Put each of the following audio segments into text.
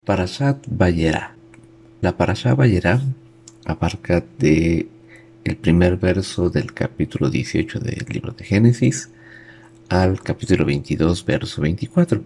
Parashat Vayera. La Parashat Vayera abarca de el primer verso del capítulo 18 del libro de Génesis al capítulo 22, verso 24.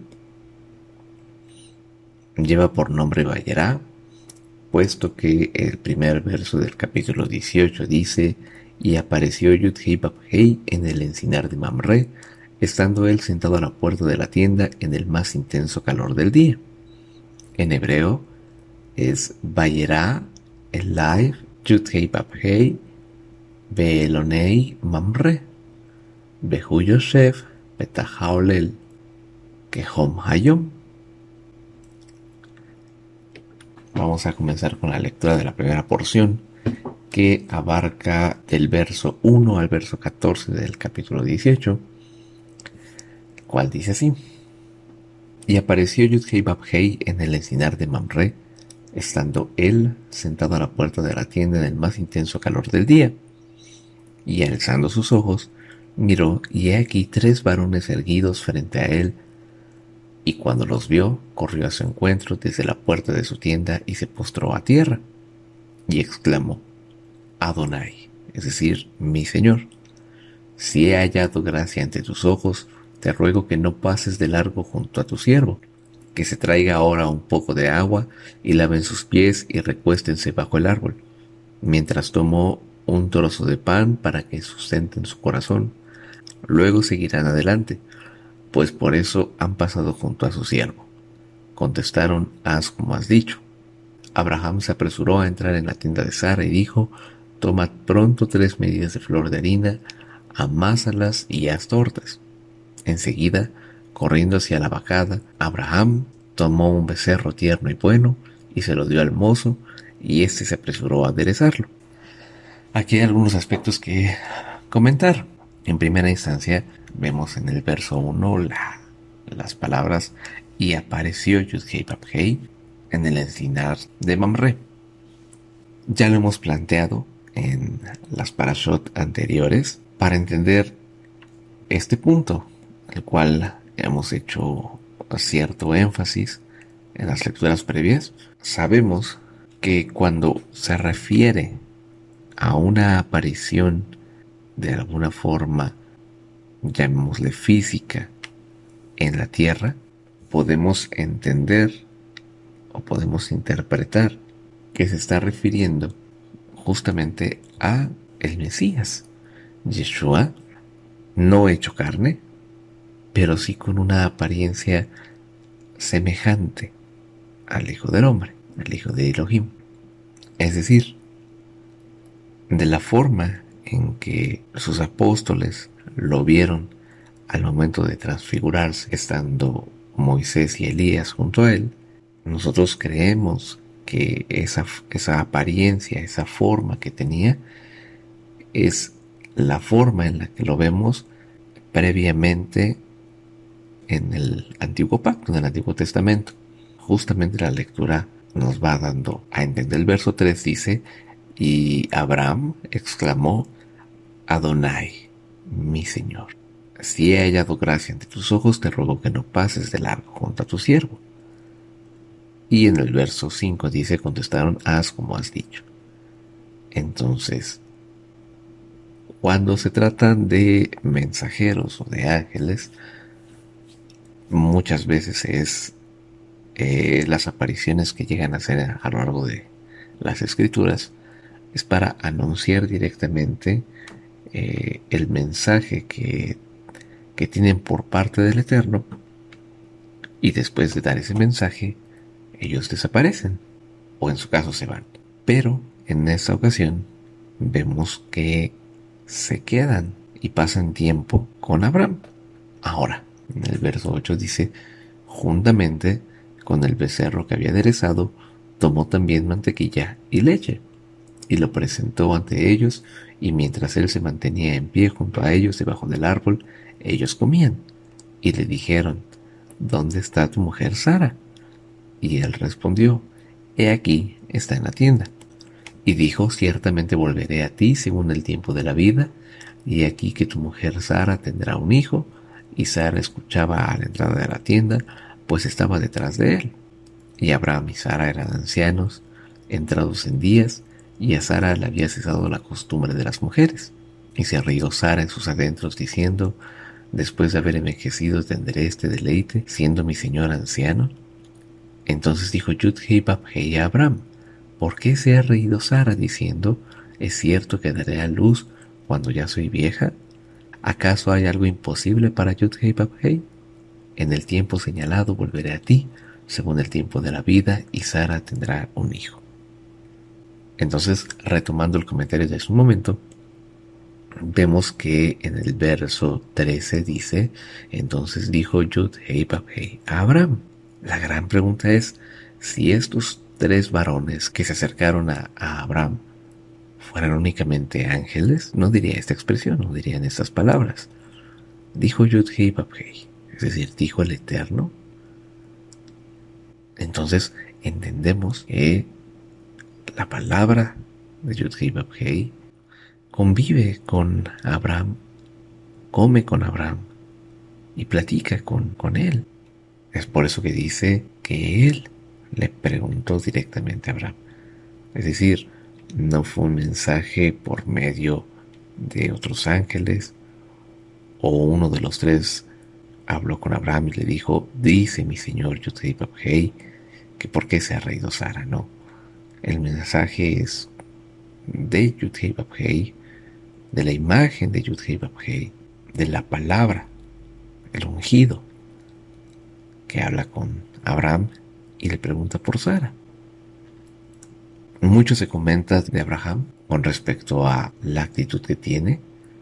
Lleva por nombre Vayera, puesto que el primer verso del capítulo 18 dice: y apareció Yud-Hei Bab-Hei en el encinar de Mamre, estando él sentado a la puerta de la tienda en el más intenso calor del día. En hebreo es Vayera Elaiv Yud-Hei Bab-Hei Be'elonei Mamre Behu Yoshev Petach Haolel Kehom Hayom. Vamos a comenzar con la lectura de la primera porción, que abarca del verso 1 al verso 14 del capítulo 18, el cual dice así: y apareció Yud-Hei Bab-Hei en el encinar de Mamre, estando él sentado a la puerta de la tienda en el más intenso calor del día. Y alzando sus ojos, miró, y he aquí 3 varones erguidos frente a él, y cuando los vio, corrió a su encuentro desde la puerta de su tienda y se postró a tierra, y exclamó: Adonai, es decir, mi Señor, si he hallado gracia ante tus ojos, te ruego que no pases de largo junto a tu siervo, que se traiga ahora un poco de agua, y laven sus pies y recuéstense bajo el árbol, mientras tomó un trozo de pan para que sustenten su corazón. Luego seguirán adelante, pues por eso han pasado junto a su siervo. Contestaron: haz como has dicho. Abraham se apresuró a entrar en la tienda de Sara y dijo: toma pronto 3 medidas de flor de harina, amásalas y haz tortas. Enseguida, corriendo hacia la vacada, Abraham tomó un becerro tierno y bueno y se lo dio al mozo, y éste se apresuró a aderezarlo. Aquí hay algunos aspectos que comentar. En primera instancia, vemos en el verso 1 las palabras: y apareció Yud-Hei Bab-Hei en el encinar de Mamre. Ya lo hemos planteado en las parashot anteriores para entender este punto, el cual hemos hecho cierto énfasis en las lecturas previas. Sabemos que cuando se refiere a una aparición de alguna forma, llamémosle física, en la tierra, podemos entender o podemos interpretar que se está refiriendo justamente a el Mesías, Yeshua, no hecho carne, pero sí con una apariencia semejante al Hijo del Hombre, al Hijo de Elohim. Es decir, de la forma en que sus apóstoles lo vieron al momento de transfigurarse, estando Moisés y Elías junto a él, nosotros creemos que esa apariencia, esa forma que tenía, es la forma en la que lo vemos previamente en el Antiguo Pacto, en el Antiguo Testamento. Justamente la lectura nos va dando a entender. El verso 3 dice: y Abraham exclamó: Adonai, mi Señor, si he hallado gracia ante tus ojos, te ruego que no pases de largo junto a tu siervo. Y en el verso 5 dice: contestaron: haz como has dicho. Entonces, cuando se trata de mensajeros o de ángeles, muchas veces es las apariciones que llegan a ser a lo largo de las escrituras, es para anunciar directamente el mensaje que tienen por parte del Eterno, y después de dar ese mensaje, ellos desaparecen, o en su caso se van. Pero en esta ocasión vemos que se quedan y pasan tiempo con Abraham. Ahora, en el verso 8 dice: juntamente con el becerro que había aderezado, tomó también mantequilla y leche, y lo presentó ante ellos, y mientras él se mantenía en pie junto a ellos debajo del árbol, ellos comían. Y le dijeron: ¿dónde está tu mujer Sara? Y él respondió: he aquí, está en la tienda. Y dijo: ciertamente volveré a ti según el tiempo de la vida, y aquí que tu mujer Sara tendrá un hijo. Y Sara escuchaba a la entrada de la tienda, pues estaba detrás de él. Y Abraham y Sara eran ancianos, entrados en días, y a Sara le había cesado la costumbre de las mujeres. Y se rió Sara en sus adentros, diciendo: después de haber envejecido tendré este deleite, siendo mi señor anciano. Entonces dijo Yud-Heh-Vah-Heh a Abraham: ¿por qué se ha reído Sara, diciendo: es cierto que daré a luz cuando ya soy vieja? ¿Acaso hay algo imposible para Yud-Heh-Vah-Heh? En el tiempo señalado volveré a ti, según el tiempo de la vida, y Sara tendrá un hijo. Entonces, retomando el comentario de hace un momento, vemos que en el verso 13 dice: entonces dijo Yud-Heh-Vah-Heh a Abraham. La gran pregunta es, si estos tres varones que se acercaron a Abraham fueran únicamente ángeles, no diría esta expresión, no dirían estas palabras. Dijo Yud-Heh-Vah-Heh, es decir, dijo el Eterno. Entonces entendemos que la palabra de Yud-Heh-Vah-Heh convive con Abraham, come con Abraham y platica con él. Es por eso que dice que él le preguntó directamente a Abraham. Es decir, no fue un mensaje por medio de otros ángeles, o uno de los tres habló con Abraham y le dijo: dice mi señor Yud-Heh-Vah-Heh que por qué se ha reído Sara. No, el mensaje es de Yud-Heh-Vah-Heh, de la imagen de Yud-Heh-Vah-Heh, de la palabra, el ungido, que habla con Abraham y le pregunta por Sara. Mucho se comenta de Abraham con respecto a la actitud que tiene,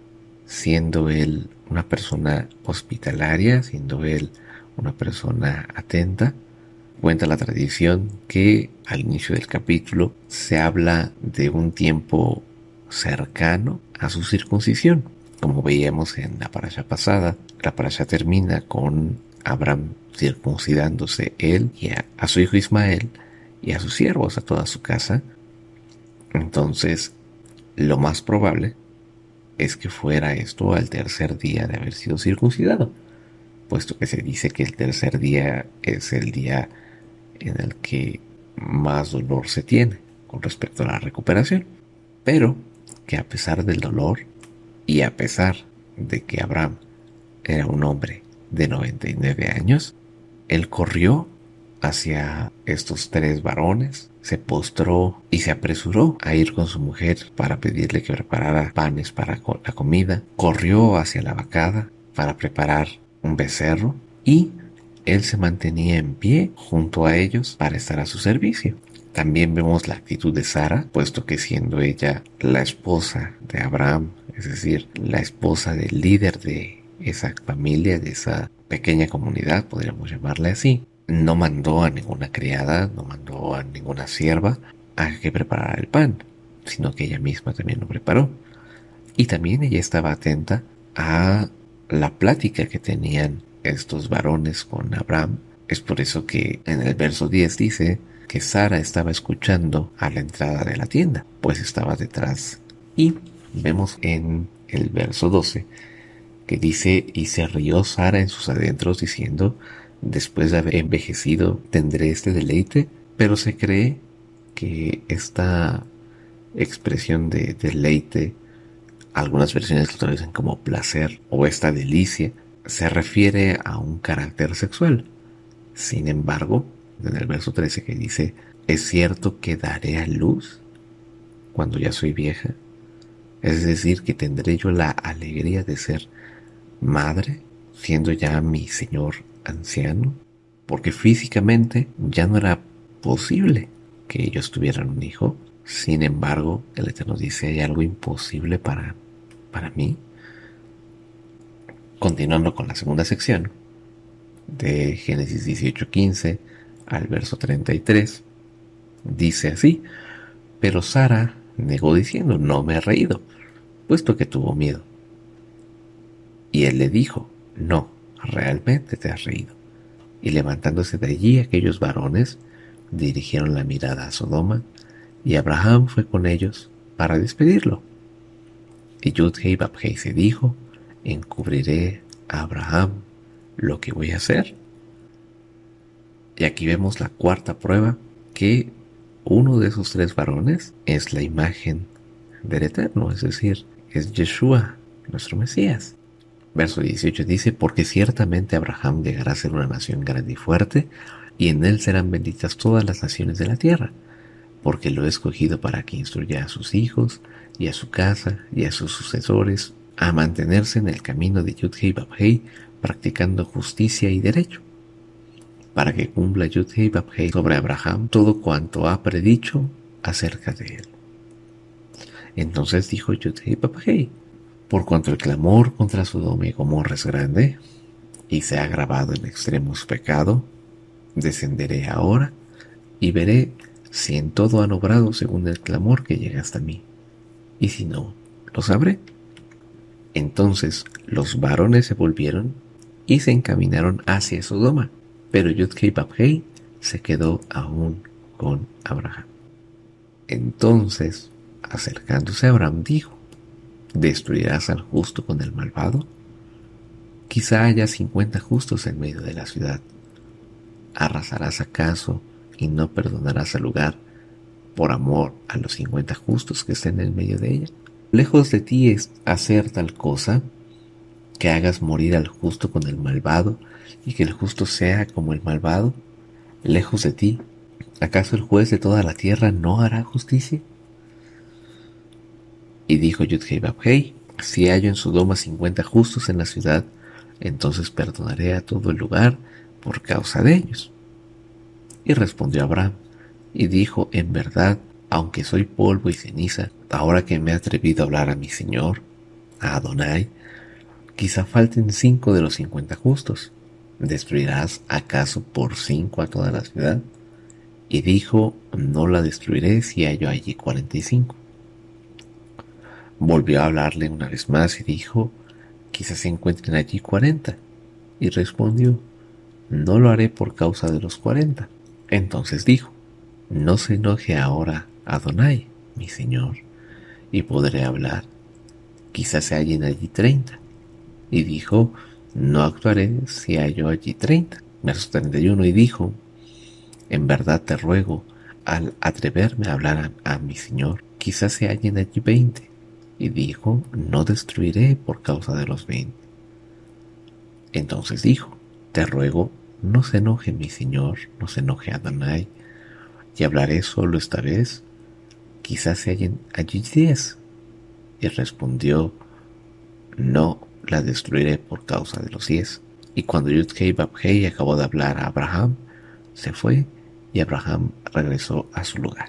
siendo él una persona hospitalaria, siendo él una persona atenta. Cuenta la tradición que al inicio del capítulo se habla de un tiempo cercano a su circuncisión. Como veíamos en la parasha pasada, la parasha termina con Abraham circuncidándose él y a su hijo Ismael y a sus siervos, a toda su casa. Entonces, lo más probable es que fuera esto al tercer día de haber sido circuncidado, puesto que se dice que el tercer día es el día en el que más dolor se tiene con respecto a la recuperación. Pero que a pesar del dolor y a pesar de que Abraham era un hombre de 99 años, él corrió hacia estos tres varones, se postró y se apresuró a ir con su mujer para pedirle que preparara panes para la comida. Corrió hacia la vacada para preparar un becerro y él se mantenía en pie junto a ellos para estar a su servicio. También vemos la actitud de Sara, puesto que siendo ella la esposa de Abraham, es decir, la esposa del líder de esa familia, de esa pequeña comunidad, podríamos llamarle así, no mandó a ninguna criada, no mandó a ninguna sierva a que preparara el pan, sino que ella misma también lo preparó. Y también ella estaba atenta a la plática que tenían estos varones con Abraham. Es por eso que en el verso 10 dice que Sara estaba escuchando a la entrada de la tienda, pues estaba detrás. Y vemos en el verso 12 que dice: y se rió Sara en sus adentros, diciendo: después de haber envejecido tendré este deleite. Pero se cree que esta expresión de deleite, algunas versiones lo traducen como placer o esta delicia, se refiere a un carácter sexual. Sin embargo, en el verso 13 que dice: es cierto que daré a luz cuando ya soy vieja, es decir, que tendré yo la alegría de ser madre, siendo ya mi señor anciano, porque físicamente ya no era posible que ellos tuvieran un hijo. Sin embargo, el Eterno dice: hay algo imposible para mí. Continuando con la segunda sección, de Génesis 18:15 al verso 33, dice así: pero Sara negó diciendo: no me he reído, puesto que tuvo miedo. Y él le dijo: no, realmente te has reído. Y levantándose de allí aquellos varones dirigieron la mirada a Sodoma, y Abraham fue con ellos para despedirlo. Y Yud-Heh-Vah-Heh se dijo: encubriré a Abraham lo que voy a hacer. Y aquí vemos la cuarta prueba, que uno de esos tres varones es la imagen del Eterno, es decir, es Yeshua, nuestro Mesías. Verso 18 dice, porque ciertamente Abraham llegará a ser una nación grande y fuerte, y en él serán benditas todas las naciones de la tierra, porque lo he escogido para que instruya a sus hijos, y a su casa, y a sus sucesores, a mantenerse en el camino de Yud-Hei Bab-Hei, practicando justicia y derecho, para que cumpla Yud-Hei Bab-Hei sobre Abraham todo cuanto ha predicho acerca de él. Entonces dijo Yud-Hei Bab-Hei, por cuanto el clamor contra Sodoma y Gomorra es grande, y se ha agravado en extremo su pecado, descenderé ahora, y veré si en todo han obrado según el clamor que llega hasta mí, y si no, lo sabré. Entonces los varones se volvieron y se encaminaron hacia Sodoma, pero Yud-Hei Bab-Hei se quedó aún con Abraham. Entonces, acercándose a Abraham, dijo, ¿destruirás al justo con el malvado? Quizá haya 50 justos en medio de la ciudad. ¿Arrasarás acaso y no perdonarás al lugar por amor a los 50 justos que estén en medio de ella? Lejos de ti es hacer tal cosa, que hagas morir al justo con el malvado y que el justo sea como el malvado. Lejos de ti, ¿acaso el juez de toda la tierra no hará justicia? Y dijo Yud-Hei Bab-Hei, si hallo en Sodoma 50 justos en la ciudad, entonces perdonaré a todo el lugar por causa de ellos. Y respondió Abraham, y dijo, en verdad, aunque soy polvo y ceniza, ahora que me he atrevido a hablar a mi Señor, a Adonai, quizá falten 5 de los 50 justos. ¿Destruirás acaso por 5 a toda la ciudad? Y dijo, no la destruiré si hallo allí 45. Volvió a hablarle una vez más y dijo, quizás se encuentren allí 40. Y respondió, no lo haré por causa de los 40. Entonces dijo, no se enoje ahora Adonai, mi Señor, y podré hablar. Quizás se hallen allí 30. Y dijo, no actuaré si hallo allí 30. Verso 31, y dijo, en verdad te ruego, al atreverme a hablar a mi Señor, quizás se hallen allí 20. Y dijo, no destruiré por causa de los 20. Entonces dijo, te ruego, no se enoje mi Señor, no se enoje Adonai, y hablaré solo esta vez, quizás se hallen allí 10. Y respondió, no la destruiré por causa de los 10. Y cuando Yud-Hei Bab-Hei acabó de hablar a Abraham, se fue y Abraham regresó a su lugar.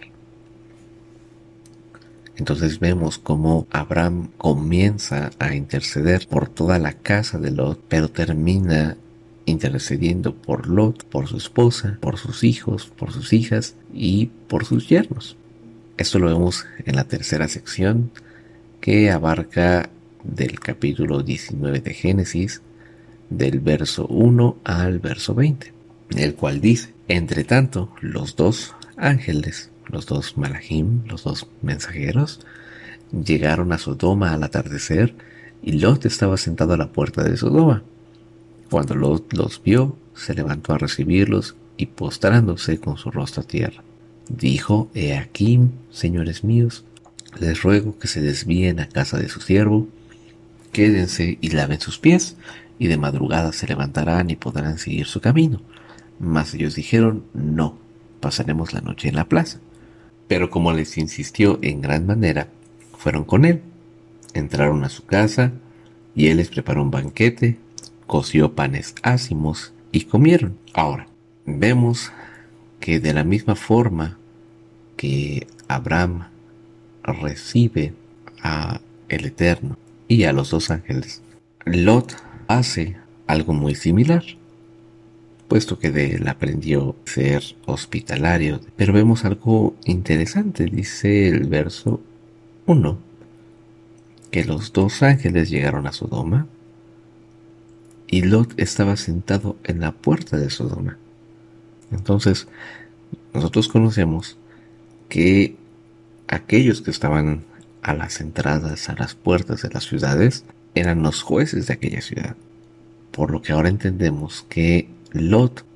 Entonces vemos cómo Abraham comienza a interceder por toda la casa de Lot, pero termina intercediendo por Lot, por su esposa, por sus hijos, por sus hijas y por sus yernos. Esto lo vemos en la tercera sección, que abarca del capítulo 19 de Génesis, del verso 1 al verso 20, el cual dice, entre tanto, los dos ángeles, los dos malajim, los dos mensajeros, llegaron a Sodoma al atardecer, y Lot estaba sentado a la puerta de Sodoma. Cuando Lot los vio, se levantó a recibirlos, y postrándose con su rostro a tierra, dijo, he aquí, señores míos, les ruego que se desvíen a casa de su siervo, quédense y laven sus pies, y de madrugada se levantarán y podrán seguir su camino. Mas ellos dijeron, no, pasaremos la noche en la plaza. Pero como les insistió en gran manera, fueron con él. Entraron a su casa, y él les preparó un banquete, coció panes ácimos, y comieron. Ahora, vemos que de la misma forma que Abraham recibe a el Eterno y a los dos ángeles, Lot hace algo muy similar, puesto que de él aprendió a ser hospitalario. Pero vemos algo interesante, dice el verso 1, que los dos ángeles llegaron a Sodoma, y Lot estaba sentado en la puerta de Sodoma. Entonces, nosotros conocemos que aquellos que estaban a las entradas, a las puertas de las ciudades, eran los jueces de aquella ciudad. Por lo que ahora entendemos que Lot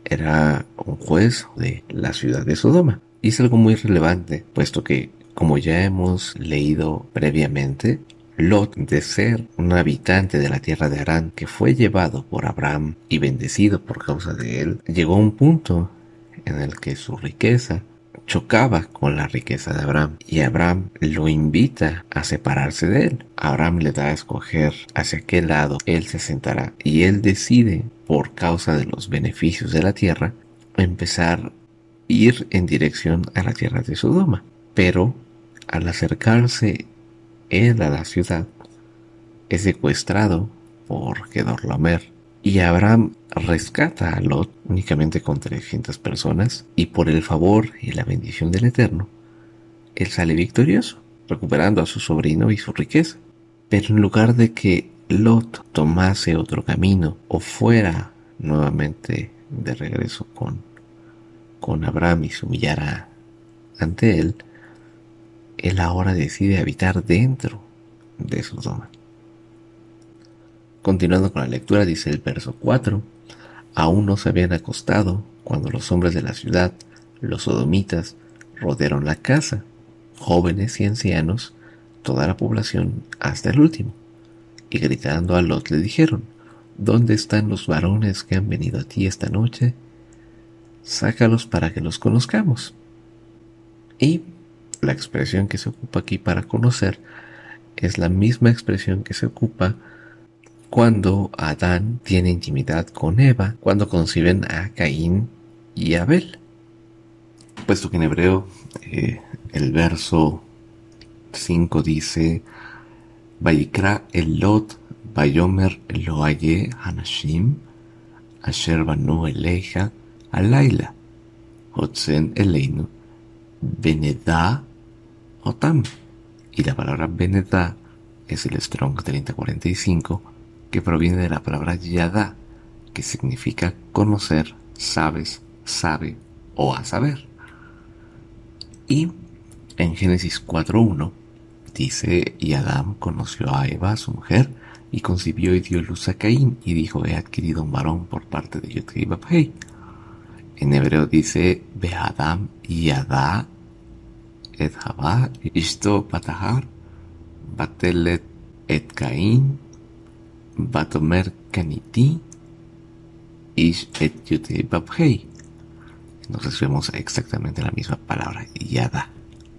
era un juez de la ciudad de Sodoma. Y es algo muy relevante, puesto que, como ya hemos leído previamente, Lot, de ser un habitante de la tierra de Harán, que fue llevado por Abraham y bendecido por causa de él, llegó a un punto en el que su riqueza chocaba con la riqueza de Abraham, y Abraham lo invita a separarse de él. Abraham le da a escoger hacia qué lado él se sentará, y él decide, por causa de los beneficios de la tierra, empezar a ir en dirección a la tierra de Sodoma. Pero al acercarse él a la ciudad, es secuestrado por Kedorlaomer, y Abraham rescata a Lot únicamente con 300 personas, y por el favor y la bendición del Eterno, él sale victorioso, recuperando a su sobrino y su riqueza. Pero en lugar de que Lot tomase otro camino o fuera nuevamente de regreso con Abraham y se humillara ante él, él ahora decide habitar dentro de Sodoma. Continuando con la lectura, dice el verso 4: aún no se habían acostado cuando los hombres de la ciudad, los sodomitas, rodearon la casa, jóvenes y ancianos, toda la población hasta el último, y gritando a Lot le dijeron: ¿dónde están los varones que han venido a ti esta noche? Sácalos para que los conozcamos. Y la expresión que se ocupa aquí para conocer es la misma expresión que se ocupa cuando Adán tiene intimidad con Eva, cuando conciben a Caín y Abel. Puesto que en hebreo el verso 5 dice: Vayikra el Lot, Vayomer lo haye Hanashim, Asher banu eleja alayla, Hotzen eleinu, Benedá Otam. Y la palabra Benedá es el Strong 3045, que proviene de la palabra Yadá, que significa conocer, sabes, sabe o a saber. Y en Génesis 4.1 dice: y Adán conoció a Eva, su mujer, y concibió y dio luz a Caín, y dijo: he adquirido un varón por parte de Yod-Heh Vав-Heh. En hebreo dice: Be'adam Yadá et Havá Ishto Batahar Batelet et Caín Batomer Kaniti Ish et Yod-Heh Vав-Heh. Entonces vemos exactamente la misma palabra, Yada.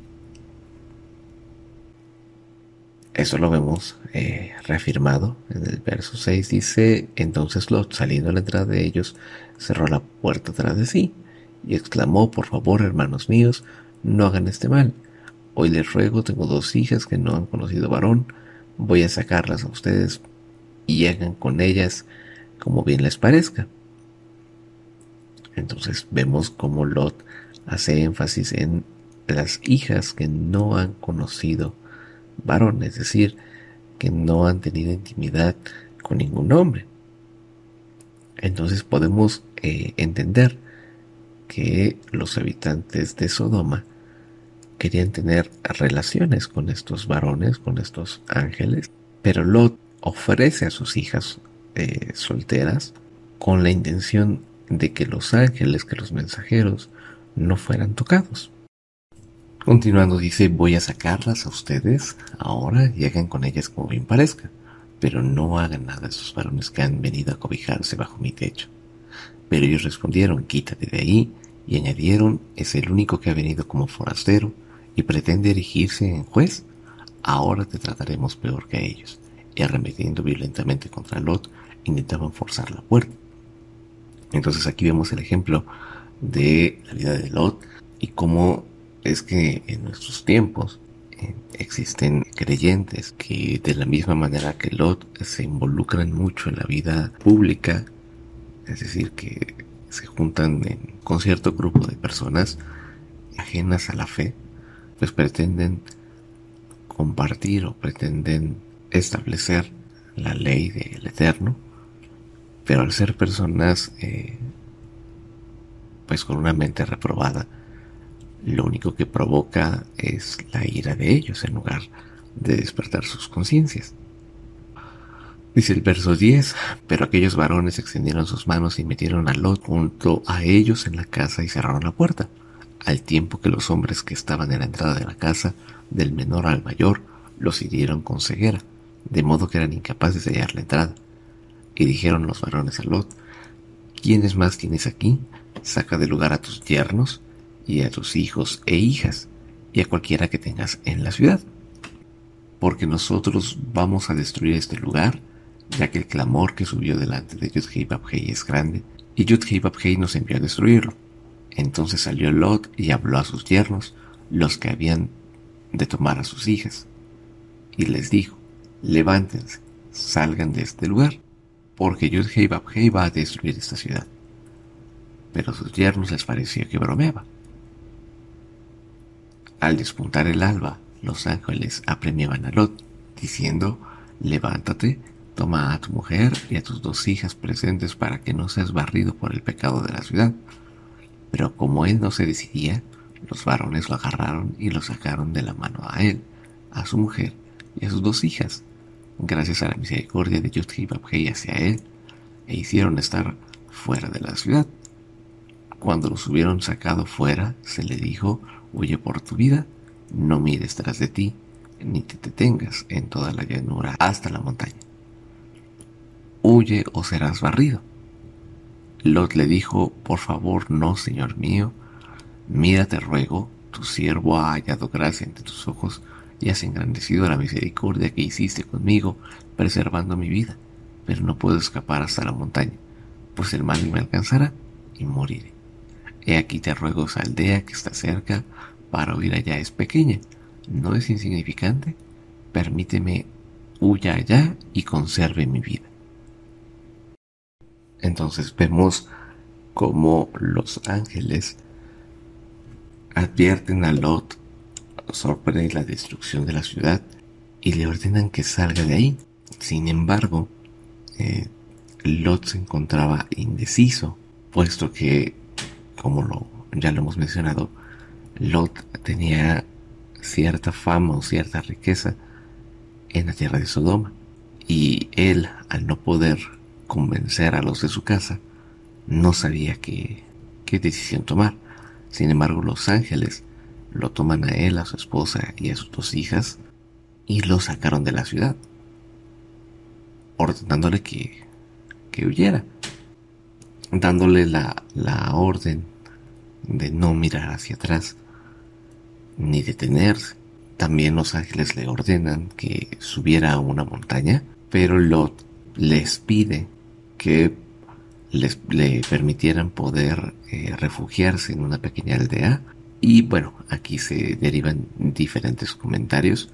Eso lo vemos reafirmado en el verso 6. Dice: entonces Lot, saliendo a la entrada de ellos, cerró la puerta tras de sí y exclamó: por favor, hermanos míos, no hagan este mal. Hoy les ruego, tengo 2 hijas que no han conocido varón, voy a sacarlas a ustedes y hagan con ellas como bien les parezca. Entonces vemos cómo Lot hace énfasis en las hijas que no han conocido varón, es decir, que no han tenido intimidad con ningún hombre. Entonces podemos entender que los habitantes de Sodoma querían tener relaciones con estos varones, con estos ángeles, pero Lot ofrece a sus hijas solteras con la intención de que los ángeles, que los mensajeros, no fueran tocados. Continuando dice: voy a sacarlas a ustedes ahora y hagan con ellas como bien parezca, pero no hagan nada a esos varones que han venido a cobijarse bajo mi techo. Pero ellos respondieron: quítate de ahí, y añadieron: es el único que ha venido como forastero y pretende erigirse en juez. Ahora te trataremos peor que a ellos. Y arremetiendo violentamente contra Lot, intentaban forzar la puerta. Entonces aquí vemos el ejemplo de la vida de Lot y cómo es que en nuestros tiempos existen creyentes que, de la misma manera que Lot, se involucran mucho en la vida pública, es decir, que se juntan con cierto grupo de personas ajenas a la fe, pues pretenden compartir o pretenden establecer la ley del Eterno, pero al ser personas pues con una mente reprobada, lo único que provoca es la ira de ellos en lugar de despertar sus conciencias. Dice el verso 10, pero aquellos varones extendieron sus manos y metieron a Lot junto a ellos en la casa y cerraron la puerta, al tiempo que los hombres que estaban en la entrada de la casa, del menor al mayor, los hirieron con ceguera, de modo que eran incapaces de hallar la entrada. Y dijeron los varones a Lot: ¿Quién es más tienes aquí? Saca del lugar a tus yernos y a tus hijos e hijas, y a cualquiera que tengas en la ciudad, porque nosotros vamos a destruir este lugar, ya que el clamor que subió delante de Yud-Heh-Bab-Heh es grande, y Yud-Heh-Bab-Heh nos envió a destruirlo. Entonces salió Lot y habló a sus yernos, los que habían de tomar a sus hijas, y les dijo: levántense, salgan de este lugar, porque Yud-Heh-Bab-Heh va a destruir esta ciudad. Pero a sus yernos les pareció que bromeaba. Al despuntar el alba, los ángeles apremiaban a Lot, diciendo: levántate, toma a tu mujer y a tus 2 hijas presentes para que no seas barrido por el pecado de la ciudad. Pero como él no se decidía, los varones lo agarraron y lo sacaron de la mano a él, a su mujer y a sus 2 hijas, gracias a la misericordia de Yud-Heh-Bab-Heh hacia él, e hicieron estar fuera de la ciudad. Cuando los hubieron sacado fuera, se le dijo: huye por tu vida, no mires tras de ti, ni te detengas en toda la llanura hasta la montaña. Huye o serás barrido. Lot le dijo: por favor, no, señor mío, mira, te ruego, tu siervo ha hallado gracia ante tus ojos y has engrandecido la misericordia que hiciste conmigo, preservando mi vida, pero no puedo escapar hasta la montaña, pues el mal me alcanzará y moriré. He aquí te ruego, esa aldea que está cerca, para huir allá es pequeña, no es insignificante, permíteme huya allá y conserve mi vida. Entonces vemos cómo los ángeles advierten a Lot sobre la destrucción de la ciudad y le ordenan que salga de ahí. Sin embargo, Lot se encontraba indeciso, puesto que, como ya lo hemos mencionado, Lot tenía cierta fama o cierta riqueza en la tierra de Sodoma, y él, al no poder convencer a los de su casa, no sabía qué decisión tomar. Sin embargo, los ángeles lo toman a él, a su esposa y a sus 2 hijas y lo sacaron de la ciudad, ordenándole que huyera, dándole la orden de no mirar hacia atrás ni detenerse. También los ángeles le ordenan que subiera a una montaña, pero Lot les pide que le permitieran poder refugiarse en una pequeña aldea. Y bueno, aquí se derivan diferentes comentarios.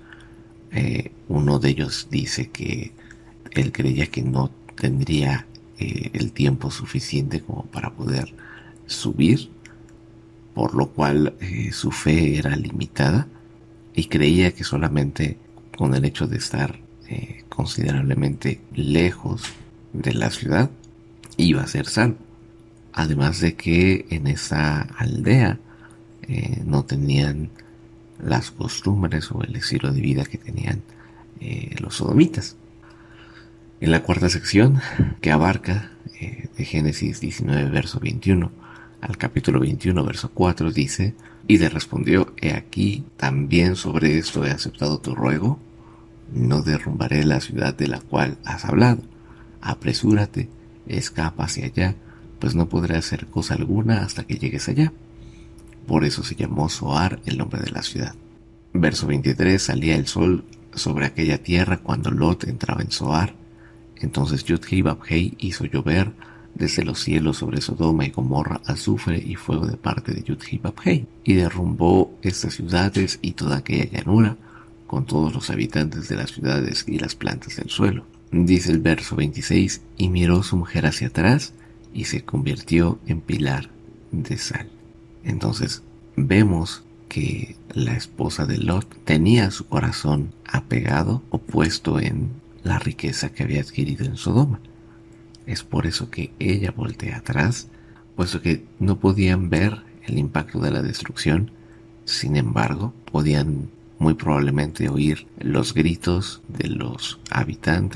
Uno de ellos dice que él creía que no tendría el tiempo suficiente como para poder subir, por lo cual su fe era limitada y creía que solamente con el hecho de estar considerablemente lejos de la ciudad iba a ser salvo. Además de que en esa aldea no tenían las costumbres o el estilo de vida que tenían los sodomitas. En la cuarta sección, que abarca de Génesis 19 verso 21 al capítulo 21 verso 4, dice: y le respondió: he aquí, también sobre esto he aceptado tu ruego, no derrumbaré la ciudad de la cual has hablado. Apresúrate, escapa hacia allá, pues no podré hacer cosa alguna hasta que llegues allá. Por eso se llamó Zoar el nombre de la ciudad. Verso 23, salía el sol sobre aquella tierra cuando Lot entraba en Zoar. Entonces Yud-Heh-Bab-Heh hizo llover desde los cielos sobre Sodoma y Gomorra azufre y fuego de parte de Yud-Heh-Bab-Heh, y derrumbó estas ciudades y toda aquella llanura, con todos los habitantes de las ciudades y las plantas del suelo. Dice el verso 26, y miró su mujer hacia atrás y se convirtió en pilar de sal. Entonces vemos que la esposa de Lot tenía su corazón apegado o puesto en la riqueza que había adquirido en Sodoma. Es por eso que ella voltea atrás, puesto que no podían ver el impacto de la destrucción. Sin embargo, podían muy probablemente oír los gritos de los habitantes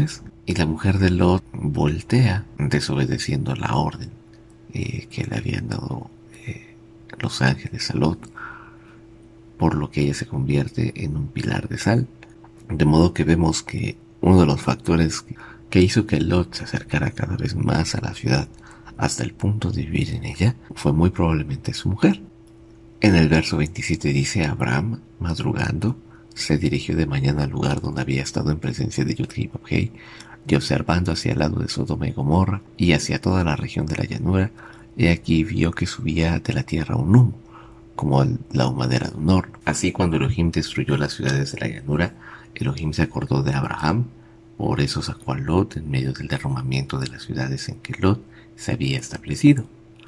Y la mujer de Lot voltea desobedeciendo la orden que le habían dado los ángeles a Lot, por lo que ella se convierte en un pilar de sal. De modo que vemos que uno de los factores que hizo que Lot se acercara cada vez más a la ciudad hasta el punto de vivir en ella fue muy probablemente su mujer. En el verso 27 dice: Abraham, madrugando, se dirigió de mañana al lugar donde había estado en presencia de Yud-Heh-Vavheh, y observando hacia el lado de Sodoma y Gomorra y hacia toda la región de la llanura, he aquí vio que subía de la tierra un humo, como la humadera de un horno. Así, cuando Elohim destruyó las ciudades de la llanura, Elohim se acordó de Abraham, por eso sacó a Lot en medio del derrumbamiento de las ciudades en que Lot se había establecido.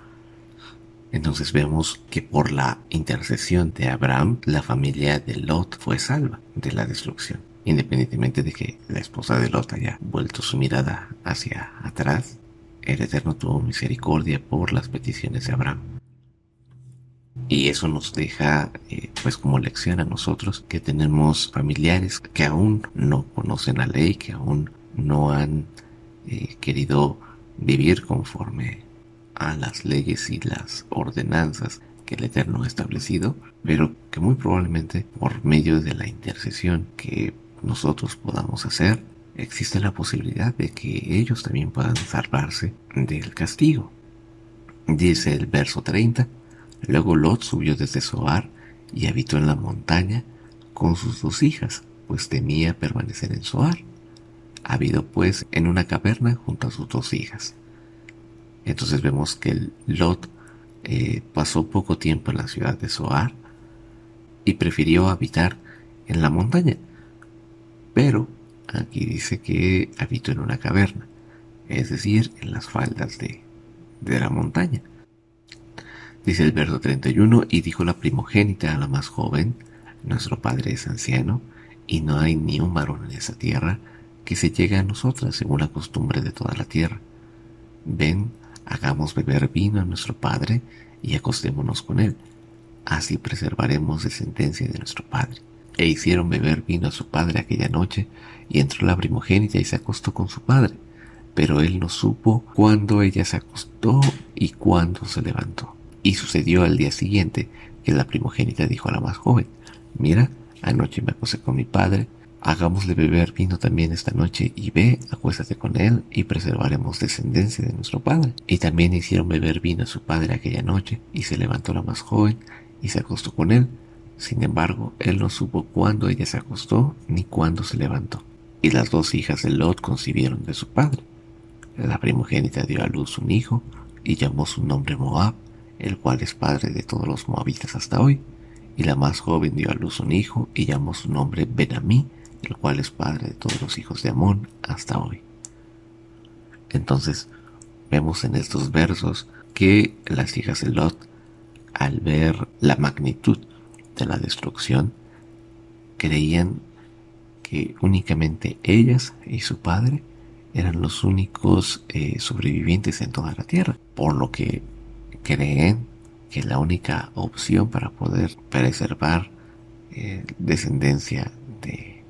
Entonces vemos que por la intercesión de Abraham, la familia de Lot fue salva de la destrucción. Independientemente de que la esposa de Lot haya vuelto su mirada hacia atrás, el Eterno tuvo misericordia por las peticiones de Abraham. Y eso nos deja pues como lección a nosotros, que tenemos familiares que aún no conocen la ley, que aún no han querido vivir conforme a las leyes y las ordenanzas que el Eterno ha establecido, pero que muy probablemente por medio de la intercesión que nosotros podamos hacer, existe la posibilidad de que ellos también puedan salvarse del castigo. Dice el verso 30: Luego Lot subió desde Zoar y habitó en la montaña con sus 2 hijas, pues temía permanecer en Zoar. Habitó pues en una caverna junto a sus 2 hijas. Entonces vemos que Lot pasó poco tiempo en la ciudad de Zoar y prefirió habitar en la montaña. Pero aquí dice que habitó en una caverna, es decir, en las faldas de la montaña. Dice el verso 31: Y dijo la primogénita a la más joven: Nuestro padre es anciano, y no hay ni un varón en esa tierra que se llegue a nosotras según la costumbre de toda la tierra. Ven, hagamos beber vino a nuestro padre y acostémonos con él. Así preservaremos descendencia de nuestro padre. E hicieron beber vino a su padre aquella noche, y entró la primogénita y se acostó con su padre. Pero él no supo cuándo ella se acostó y cuándo se levantó. Y sucedió al día siguiente que la primogénita dijo a la más joven: Mira, anoche me acosté con mi padre, hagámosle beber vino también esta noche, y ve, acuéstate con él, y preservaremos descendencia de nuestro padre. Y también hicieron beber vino a su padre aquella noche, y se levantó la más joven, y se acostó con él. Sin embargo, él no supo cuándo ella se acostó, ni cuándo se levantó. Y las 2 hijas de Lot concibieron de su padre. La primogénita dio a luz un hijo, y llamó su nombre Moab, el cual es padre de todos los moabitas hasta hoy. Y la más joven dio a luz un hijo, y llamó su nombre Ben-Amí, el cual es padre de todos los hijos de Amón hasta hoy. Entonces, vemos en estos versos que las hijas de Lot, al ver la magnitud de la destrucción, creían que únicamente ellas y su padre eran los únicos sobrevivientes en toda la tierra, por lo que creen que la única opción para poder preservar descendencia de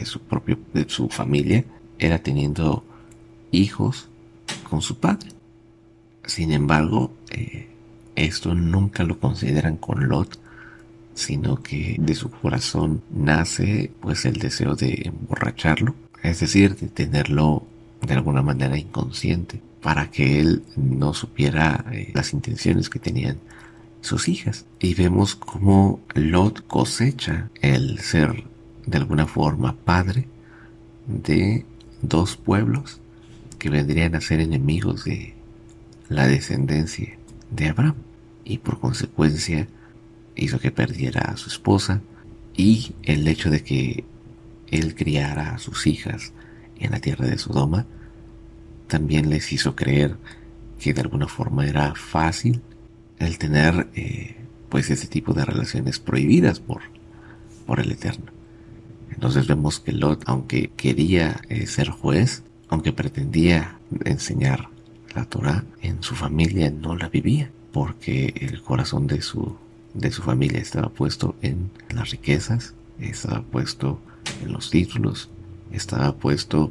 su familia era teniendo hijos con su padre. Sin embargo, esto nunca lo consideran con Lot, sino que de su corazón nace pues el deseo de emborracharlo, es decir, de tenerlo de alguna manera inconsciente, para que él no supiera las intenciones que tenían sus hijas. Y vemos cómo Lot cosecha el ser de alguna forma padre de 2 pueblos que vendrían a ser enemigos de la descendencia de Abraham, y por consecuencia hizo que perdiera a su esposa, y el hecho de que él criara a sus hijas en la tierra de Sodoma también les hizo creer que de alguna forma era fácil el tener pues ese tipo de relaciones prohibidas por el Eterno. Entonces vemos que Lot, aunque quería ser juez, aunque pretendía enseñar la Torá, en su familia no la vivía, porque el corazón de su familia estaba puesto en las riquezas, estaba puesto en los títulos, estaba puesto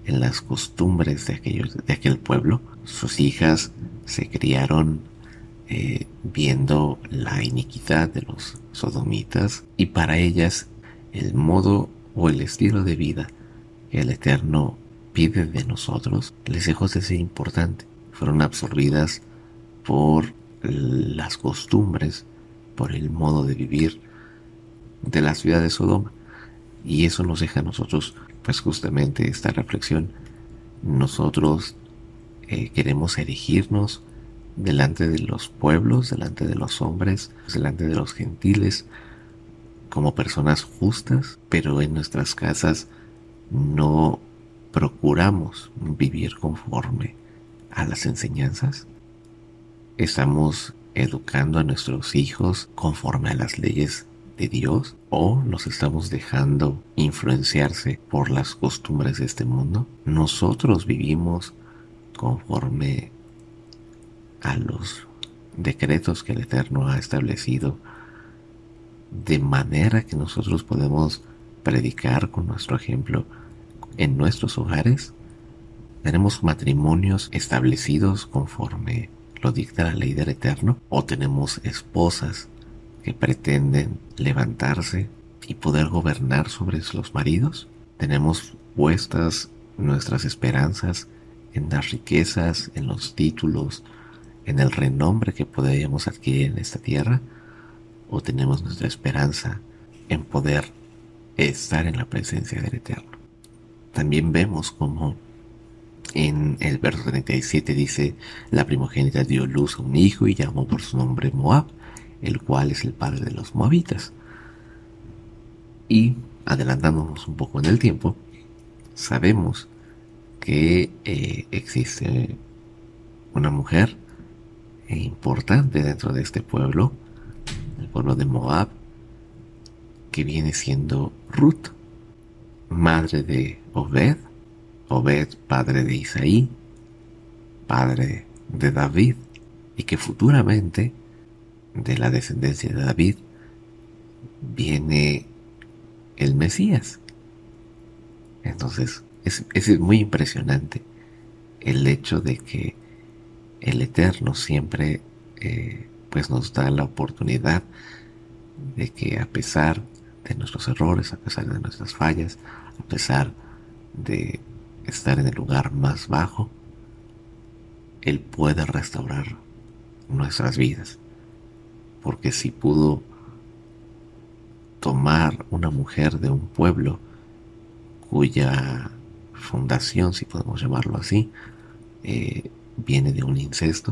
en las costumbres de aquel pueblo. Sus hijas se criaron viendo la iniquidad de los sodomitas, y para ellas el modo o el estilo de vida que el Eterno pide de nosotros les dejó de ser importante. Fueron absorbidas por las costumbres, por el modo de vivir de la ciudad de Sodoma. Y eso nos deja a nosotros, pues justamente esta reflexión. Nosotros queremos erigirnos delante de los pueblos, delante de los hombres, delante de los gentiles, como personas justas, pero en nuestras casas no procuramos vivir conforme a las enseñanzas. Estamos educando a nuestros hijos conforme a las leyes de Dios, o nos estamos dejando influenciarse por las costumbres de este mundo. Nosotros vivimos conforme a los decretos que el Eterno ha establecido, de manera que nosotros podemos predicar con nuestro ejemplo en nuestros hogares. ¿Tenemos matrimonios establecidos conforme lo dicta la ley del Eterno? ¿O tenemos esposas que pretenden levantarse y poder gobernar sobre los maridos? ¿Tenemos puestas nuestras esperanzas en las riquezas, en los títulos, en el renombre que podríamos adquirir en esta tierra? ¿O tenemos nuestra esperanza en poder estar en la presencia del Eterno? También vemos como en el verso 37 dice: la primogénita dio luz a un hijo y llamó por su nombre Moab, el cual es el padre de los moabitas. Y adelantándonos un poco en el tiempo, sabemos que existe una mujer importante dentro de este pueblo, el pueblo de Moab, que viene siendo Ruth, madre de Obed, padre de Isaí, padre de David, y que futuramente de la descendencia de David viene el Mesías. Entonces es muy impresionante el hecho de que el Eterno siempre pues nos da la oportunidad de que, a pesar de nuestros errores, a pesar de nuestras fallas, a pesar de estar en el lugar más bajo, Él puede restaurar nuestras vidas. Porque si pudo tomar una mujer de un pueblo cuya fundación, si podemos llamarlo así, viene de un incesto,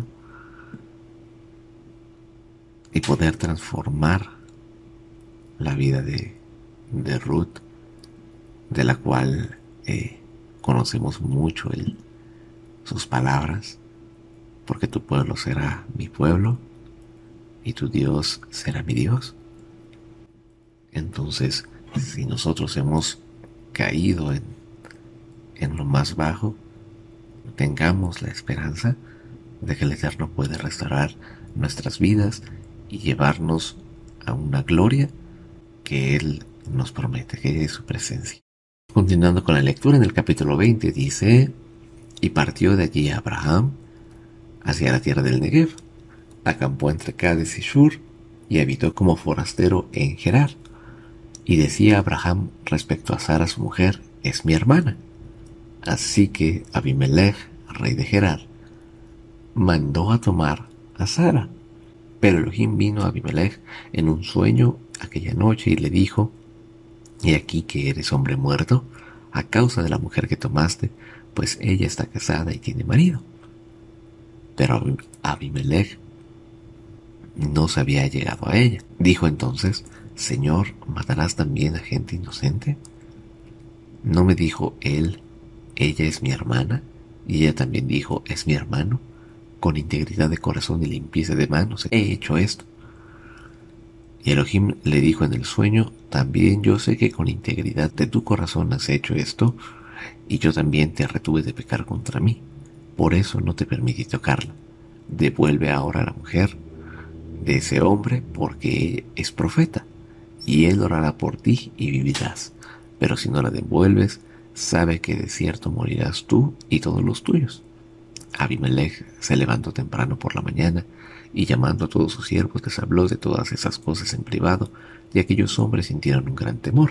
y poder transformar la vida de Ruth, de la cual conocemos mucho sus palabras: porque tu pueblo será mi pueblo y tu Dios será mi Dios. Entonces, si nosotros hemos caído en lo más bajo, tengamos la esperanza de que el Eterno puede restaurar nuestras vidas y llevarnos a una gloria que Él nos promete, que es su presencia. Continuando con la lectura, en el capítulo 20 dice: y partió de allí Abraham hacia la tierra del Negev, acampó entre Cades y Shur, y habitó como forastero en Gerar. Y decía Abraham respecto a Sara su mujer: es mi hermana. Así que Abimelech, rey de Gerar, mandó a tomar a Sara. Pero Elohim vino a Abimelech en un sueño aquella noche y le dijo: he aquí que eres hombre muerto a causa de la mujer que tomaste, pues ella está casada y tiene marido. Pero Abimelech no se había llegado a ella. Dijo entonces: Señor, ¿matarás también a gente inocente? ¿No me dijo él: ella es mi hermana? Y ella también dijo: es mi hermano. Con integridad de corazón y limpieza de manos he hecho esto. Y Elohim le dijo en el sueño: también yo sé que con integridad de tu corazón has hecho esto, y yo también te retuve de pecar contra mí. Por eso no te permití tocarla. Devuelve ahora a la mujer de ese hombre, porque es profeta, y él orará por ti y vivirás. Pero si no la devuelves, sabe que de cierto morirás tú y todos los tuyos. Abimelech se levantó temprano por la mañana y llamando a todos sus siervos les habló de todas esas cosas en privado, y aquellos hombres sintieron un gran temor.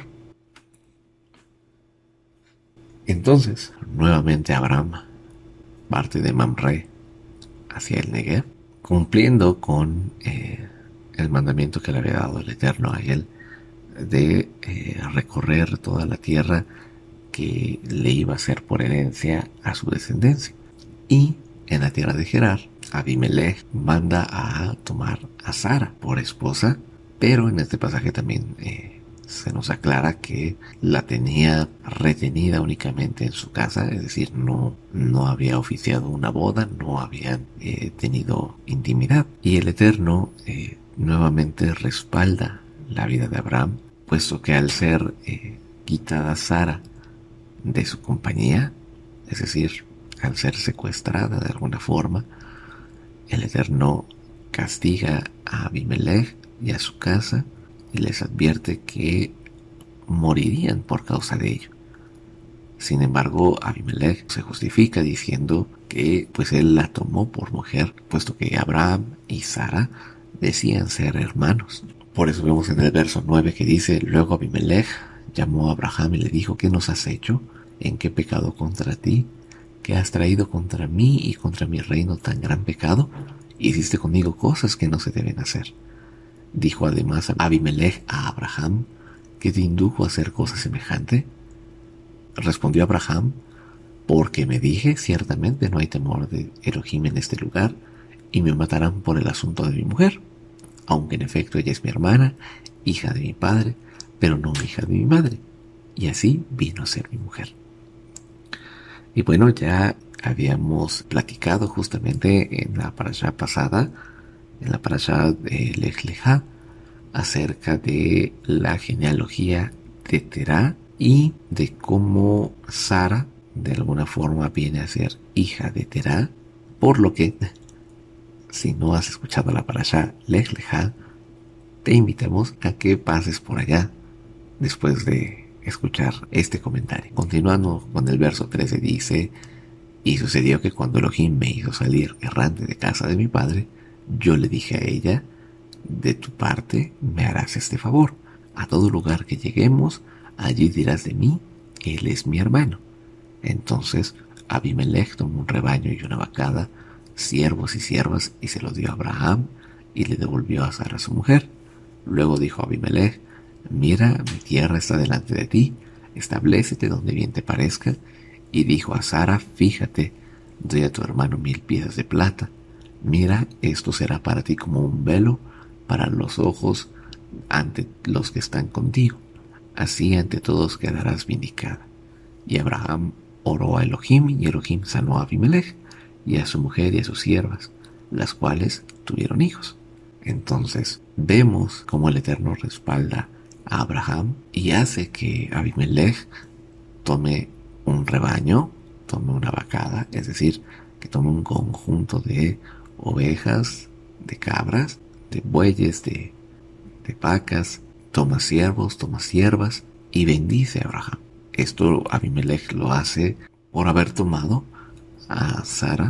Entonces, nuevamente Abraham parte de Mamre hacia el Negev, cumpliendo con el mandamiento que le había dado el Eterno a él de recorrer toda la tierra que le iba a ser por herencia a su descendencia. Y en la tierra de Gerar, Abimelech manda a tomar a Sara por esposa, pero en este pasaje también se nos aclara que la tenía retenida únicamente en su casa, es decir, no había oficiado una boda, no habían tenido intimidad. Y el Eterno nuevamente respalda la vida de Abraham, puesto que al ser quitada Sara de su compañía, es decir, al ser secuestrada de alguna forma, el Eterno castiga a Abimelech y a su casa y les advierte que morirían por causa de ello. Sin embargo, Abimelech se justifica diciendo que pues él la tomó por mujer, puesto que Abraham y Sara decían ser hermanos. Por eso vemos en el verso 9 que dice: luego Abimelech llamó a Abraham y le dijo: ¿qué nos has hecho? ¿En qué pecado contra ti? ¿Qué has traído contra mí y contra mi reino tan gran pecado? Hiciste conmigo cosas que no se deben hacer. Dijo además Abimelech a Abraham: ¿qué te indujo a hacer cosa semejante? Respondió Abraham: porque me dije, ciertamente no hay temor de Elohim en este lugar, y me matarán por el asunto de mi mujer, aunque en efecto ella es mi hermana, hija de mi padre, pero no hija de mi madre, y así vino a ser mi mujer. Y bueno, ya habíamos platicado justamente en la parashá pasada, en la parashá de Lech Lejá, acerca de la genealogía de Terá y de cómo Sara de alguna forma viene a ser hija de Terá, por lo que si no has escuchado la parashá Lech Lejá, te invitamos a que pases por allá después de escuchar este comentario. Continuando con el verso 13 dice: y sucedió que cuando Elohim me hizo salir errante de casa de mi padre, yo le dije a ella: de tu parte me harás este favor, a todo lugar que lleguemos, allí dirás de mí: él es mi hermano. Entonces Abimelech tomó un rebaño y una vacada, siervos y siervas, y se los dio a Abraham, y le devolvió a Sara su mujer. Luego dijo Abimelech: mira, mi tierra está delante de ti, establécete donde bien te parezca. Y dijo a Sara: fíjate, doy a tu hermano 1000 piezas de plata. Mira, esto será para ti como un velo para los ojos ante los que están contigo. Así ante todos quedarás vindicada. Y Abraham oró a Elohim, y Elohim sanó a Abimelech y a su mujer y a sus siervas, las cuales tuvieron hijos. Entonces vemos cómo el Eterno respalda a Abraham y hace que Abimelech tome un rebaño, tome una vacada, es decir, que tome un conjunto de ovejas, de cabras, de bueyes, de vacas, toma siervos, toma siervas y bendice a Abraham. Esto Abimelech lo hace por haber tomado a Sara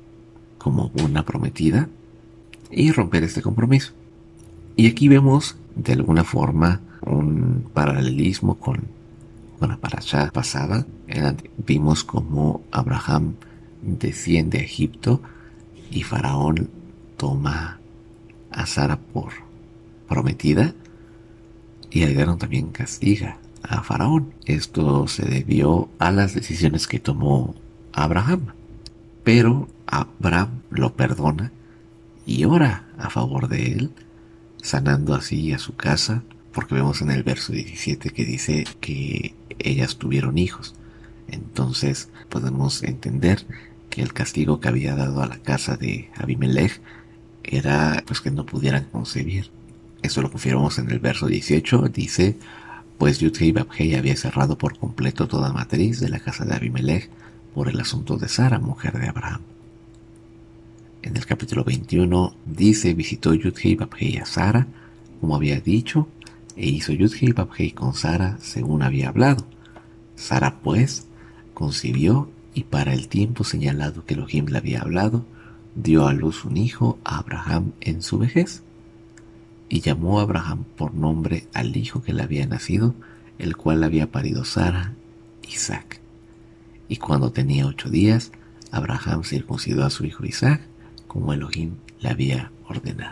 como una prometida y romper este compromiso. Y aquí vemos de alguna forma un paralelismo con la parashá pasada. Vimos cómo Abraham desciende a Egipto y Faraón toma a Sara por prometida, y el Eterno también castiga a Faraón. Esto se debió a las decisiones que tomó Abraham, pero Abraham lo perdona y ora a favor de él, sanando así a su casa, porque vemos en el verso 17 que dice que ellas tuvieron hijos. Entonces podemos entender que el castigo que había dado a la casa de Abimelech era pues que no pudieran concebir. Eso lo confirmamos en el verso 18, dice: pues Yudhei Babhei había cerrado por completo toda matriz de la casa de Abimelech por el asunto de Sara, mujer de Abraham. En el capítulo 21 dice: visitó Yudhei Babhei a Sara, como había dicho, e hizo Yudhei Babhei con Sara según había hablado. Sara pues concibió y para el tiempo señalado que Elohim le había hablado, dio a luz un hijo a Abraham en su vejez. Y llamó a Abraham por nombre al hijo que le había nacido, el cual había parido Sara, Isaac. Y cuando tenía 8 días, Abraham circuncidó a su hijo Isaac, como Elohim le había ordenado.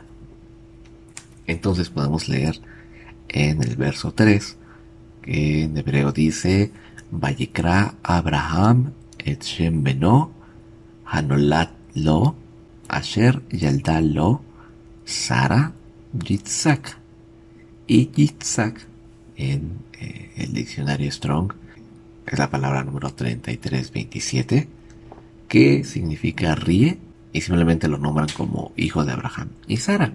Entonces podemos leer en el verso 3, que en hebreo dice: Vayikra Abraham et Shem beno, Hanolat lo, Asher yalda lo, Sara Yitzhak. Y Yitzhak en el diccionario Strong es la palabra número 3327, que significa ríe, y simplemente lo nombran como hijo de Abraham y Sara.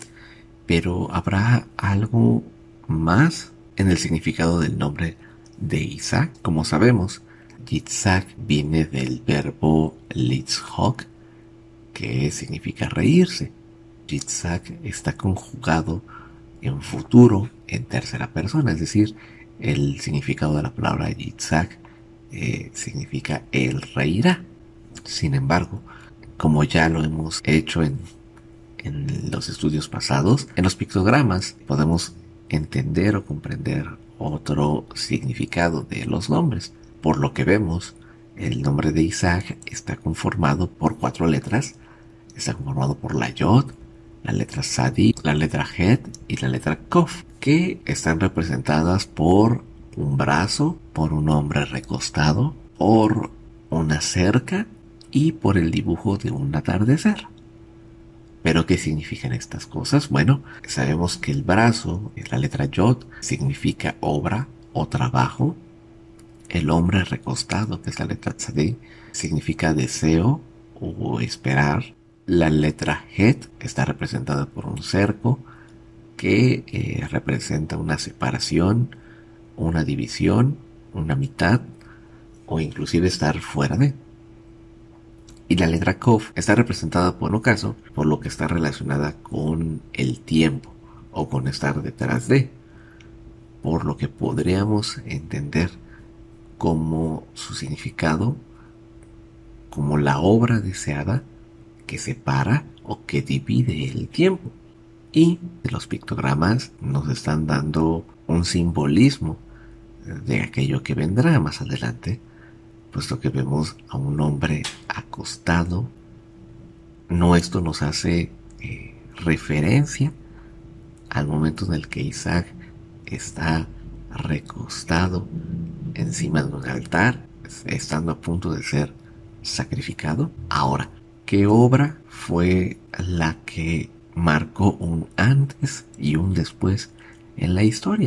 Pero habrá algo más en el significado del nombre de Isaac. Como sabemos, Yitzhak viene del verbo litzhok, que significa reírse. Yitzhak está conjugado en futuro en tercera persona, es decir, el significado de la palabra Yitzhak significa él reirá. Sin embargo, como ya lo hemos hecho en los estudios pasados, en los pictogramas podemos entender o comprender otro significado de los nombres. Por lo que vemos, el nombre de Isaac está conformado por 4 letras. Está conformado por la Yod, la letra Sadi, la letra Het y la letra Kof, que están representadas por un brazo, por un hombre recostado, por una cerca y por el dibujo de un atardecer. ¿Pero qué significan estas cosas? Bueno, sabemos que el brazo, la letra Yod, significa obra o trabajo. El hombre recostado, que es la letra Tzadí, significa deseo o esperar. La letra Het está representada por un cerco que representa una separación, una división, una mitad o inclusive estar fuera de. Y la letra Kof está representada por un ocaso, por lo que está relacionada con el tiempo o con estar detrás de, por lo que podríamos entender como su significado como la obra deseada que separa o que divide el tiempo. Y los pictogramas nos están dando un simbolismo de aquello que vendrá más adelante, puesto que vemos a un hombre acostado. No, esto nos hace referencia al momento en el que Isaac está recostado encima de un altar, estando a punto de ser sacrificado. Ahora, ¿qué obra fue la que marcó un antes y un después en la historia?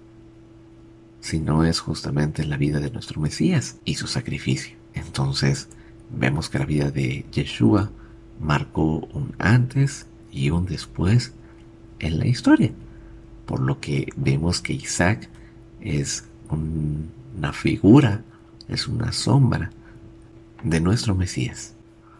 Si no es justamente la vida de nuestro Mesías y su sacrificio. Entonces vemos que la vida de Yeshua marcó un antes y un después en la historia, por lo que vemos que Isaac es una figura, es una sombra de nuestro Mesías.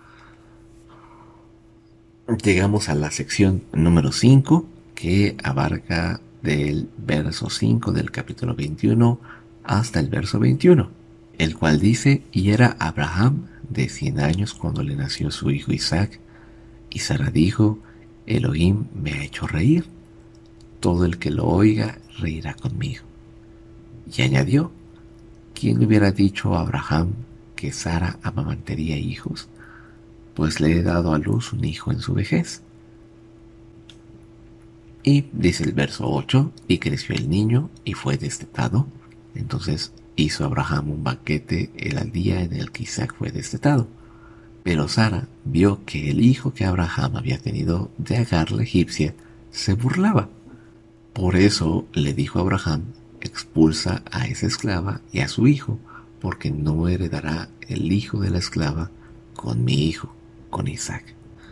Llegamos a la sección número 5, que abarca del verso 5 del capítulo 21 hasta el verso 21, el cual dice: y era Abraham de 100 años cuando le nació su hijo Isaac, y Sara dijo: Elohim me ha hecho reír, todo el que lo oiga reirá conmigo. Y añadió: ¿quién le hubiera dicho a Abraham que Sara amamantaría hijos? Pues le he dado a luz un hijo en su vejez. Y dice el verso 8, y creció el niño y fue destetado. Entonces hizo Abraham un banquete el día en el que Isaac fue destetado. Pero Sara vio que el hijo que Abraham había tenido de Agar la egipcia se burlaba. Por eso le dijo a Abraham: expulsa a esa esclava y a su hijo, porque no heredará el hijo de la esclava con mi hijo, con Isaac.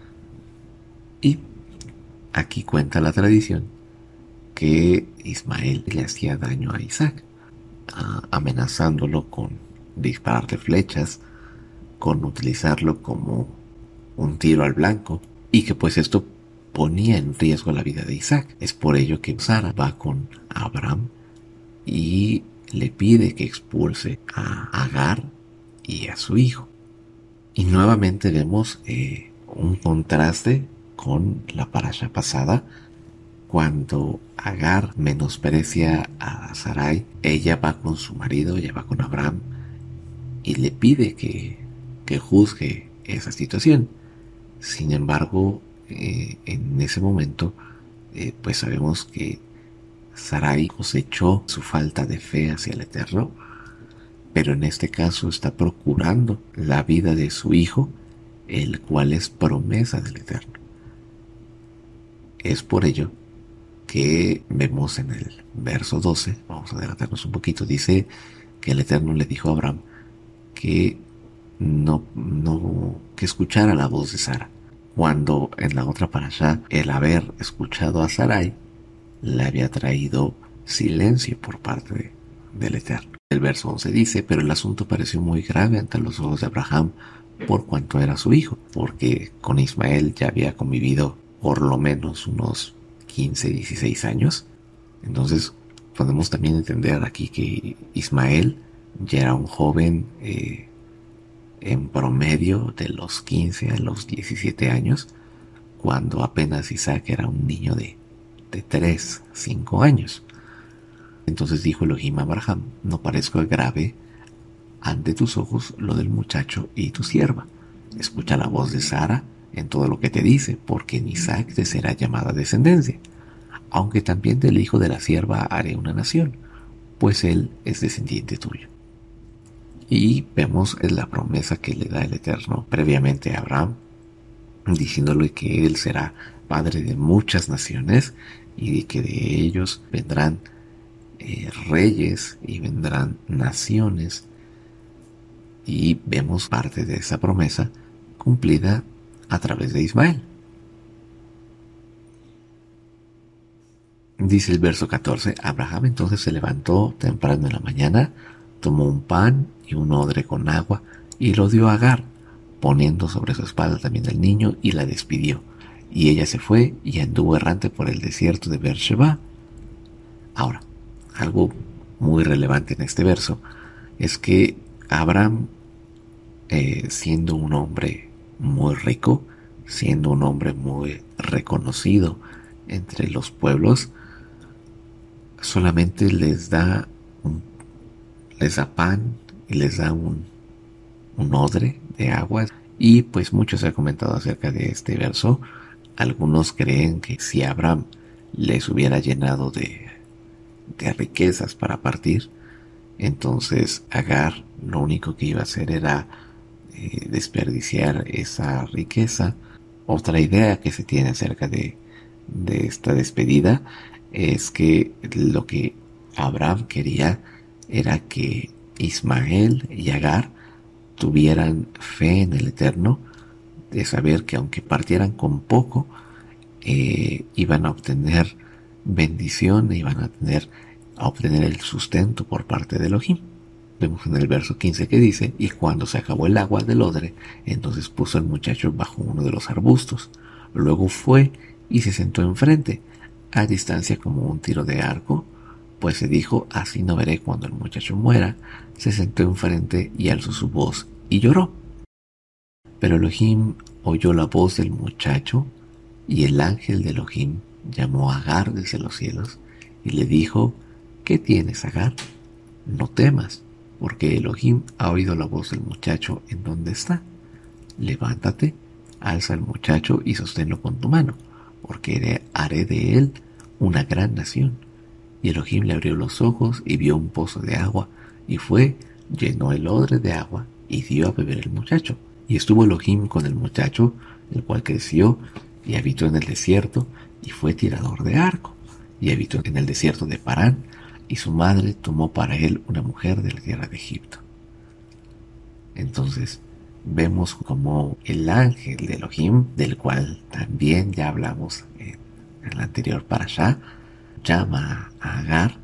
Y aquí cuenta la tradición que Ismael le hacía daño a Isaac, amenazándolo con dispararle flechas, con utilizarlo como un tiro al blanco, y que pues esto ponía en riesgo la vida de Isaac. Es por ello que Sara va con Abraham y le pide que expulse a Agar y a su hijo. Y nuevamente vemos un contraste con la parasha pasada, cuando Agar menosprecia a Sarai. Ella va con su marido, ella va con Abraham y le pide que juzgue esa situación. Sin embargo, en ese momento, pues sabemos que Sarai cosechó su falta de fe hacia el Eterno, pero en este caso está procurando la vida de su hijo, el cual es promesa del Eterno. Es por ello que vemos en el verso 12, vamos a adelantarnos un poquito, dice que el Eterno le dijo a Abraham que que escuchara la voz de Sara, cuando en la otra parashá el haber escuchado a Sarai le había traído silencio por parte del Eterno. El verso 11 dice: pero el asunto pareció muy grave ante los ojos de Abraham por cuanto era su hijo, porque con Ismael ya había convivido por lo menos unos 15, 16 años. Entonces podemos también entender aquí que Ismael ya era un joven en promedio de los 15 a los 17 años, cuando apenas Isaac era un niño de 3, 5 años. Entonces dijo Elohim a Abraham: no parezca grave ante tus ojos lo del muchacho y tu sierva. Escucha la voz de Sara en todo lo que te dice, porque en Isaac te será llamada descendencia. Aunque también del hijo de la sierva haré una nación, pues él es descendiente tuyo. Y vemos la promesa que le da el Eterno previamente a Abraham, diciéndole que él será padre de muchas naciones y que de ellos vendrán reyes y vendrán naciones. Y vemos parte de esa promesa cumplida a través de Ismael. Dice el verso 14: Abraham entonces se levantó temprano en la mañana, tomó un pan y un odre con agua y lo dio a Agar, poniendo sobre su espalda también al niño, y la despidió. Y ella se fue y anduvo errante por el desierto de Beersheba. Ahora, algo muy relevante en este verso es que Abraham, siendo un hombre muy rico, siendo un hombre muy reconocido entre los pueblos, solamente les da pan y les da un odre de agua. Y pues mucho se ha comentado acerca de este verso. Algunos creen que si Abraham les hubiera llenado de riquezas para partir, entonces Agar lo único que iba a hacer era desperdiciar esa riqueza. Otra idea que se tiene acerca de esta despedida es que lo que Abraham quería era que Ismael y Agar tuvieran fe en el Eterno, de saber que aunque partieran con poco, iban a obtener bendición, iban a obtener el sustento por parte de Elohim. Vemos en el verso 15 que dice: y cuando se acabó el agua del odre, entonces puso al muchacho bajo uno de los arbustos. Luego fue y se sentó enfrente, a distancia como un tiro de arco, pues se dijo: así no veré cuando el muchacho muera. Se sentó enfrente y alzó su voz y lloró. Pero Elohim oyó la voz del muchacho, y el ángel de Elohim llamó a Agar desde los cielos y le dijo: ¿qué tienes, Agar? No temas, porque Elohim ha oído la voz del muchacho en donde está. Levántate, alza al muchacho y sosténlo con tu mano, porque haré de él una gran nación. Y Elohim le abrió los ojos y vio un pozo de agua, y fue, llenó el odre de agua y dio a beber el muchacho. Y estuvo Elohim con el muchacho, el cual creció y habitó en el desierto, y fue tirador de arco, y habitó en el desierto de Parán, y su madre tomó para él una mujer de la tierra de Egipto. Entonces vemos como el ángel de Elohim, del cual también ya hablamos en la anterior parashá, llama a Agar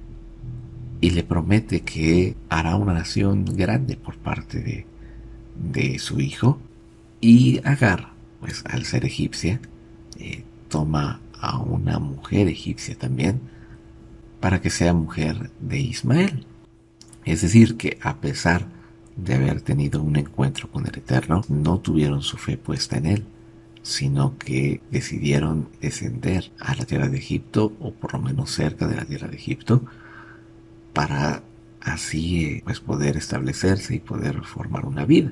y le promete que hará una nación grande por parte de su hijo. Y Agar, pues al ser egipcia, toma a una mujer egipcia también, para que sea mujer de Ismael. Es decir, que a pesar de haber tenido un encuentro con el Eterno, no tuvieron su fe puesta en él, sino que decidieron descender a la tierra de Egipto, o por lo menos cerca de la tierra de Egipto, para así pues poder establecerse y poder formar una vida.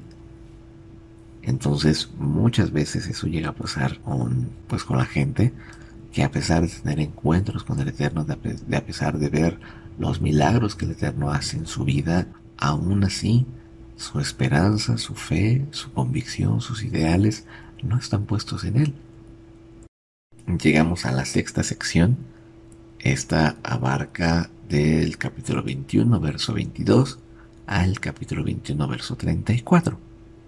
Entonces muchas veces eso llega a pasar con la gente, que a pesar de tener encuentros con el Eterno, de a pesar de ver los milagros que el Eterno hace en su vida, aún así su esperanza, su fe, su convicción, sus ideales no están puestos en él. Llegamos a la sexta sección. Esta abarca del capítulo 21, verso 22, al capítulo 21, verso 34,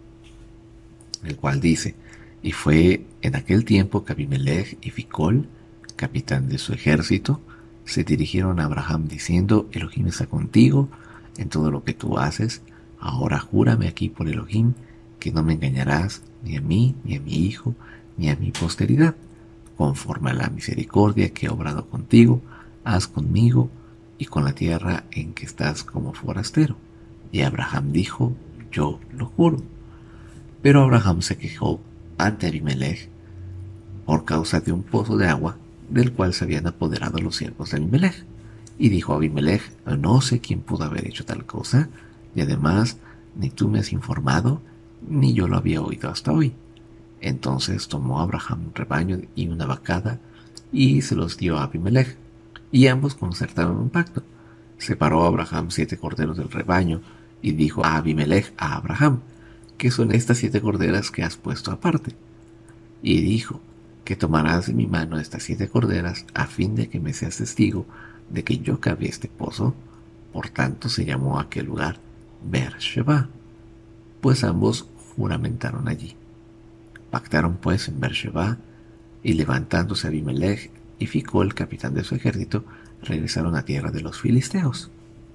el cual dice: y fue en aquel tiempo que Abimelech y Ficol, capitán de su ejército, se dirigieron a Abraham diciendo: Elohim está contigo en todo lo que tú haces. Ahora júrame aquí por Elohim que no me engañarás ni a mí, ni a mi hijo, ni a mi posteridad. Conforme a la misericordia que he obrado contigo, haz conmigo y con la tierra en que estás como forastero. Y Abraham dijo: yo lo juro. Pero Abraham se quejó ante Abimelech por causa de un pozo de agua del cual se habían apoderado los siervos de Abimelech. Y dijo a Abimelech: no sé quién pudo haber hecho tal cosa, y además ni tú me has informado, ni yo lo había oído hasta hoy. Entonces tomó Abraham un rebaño y una vacada y se los dio a Abimelech, y ambos concertaron un pacto. Separó a Abraham 7 corderos del rebaño y dijo a Abimelech a Abraham: ¿qué son estas 7 corderas que has puesto aparte? Y dijo: que tomarás de mi mano estas 7 corderas a fin de que me seas testigo de que yo cavé este pozo. Por tanto se llamó aquel lugar Beer-sheba, pues ambos juramentaron allí. Pactaron pues en Beer-sheba, y levantándose Abimelech y Ficol, capitán de su ejército, regresaron a tierra de los filisteos.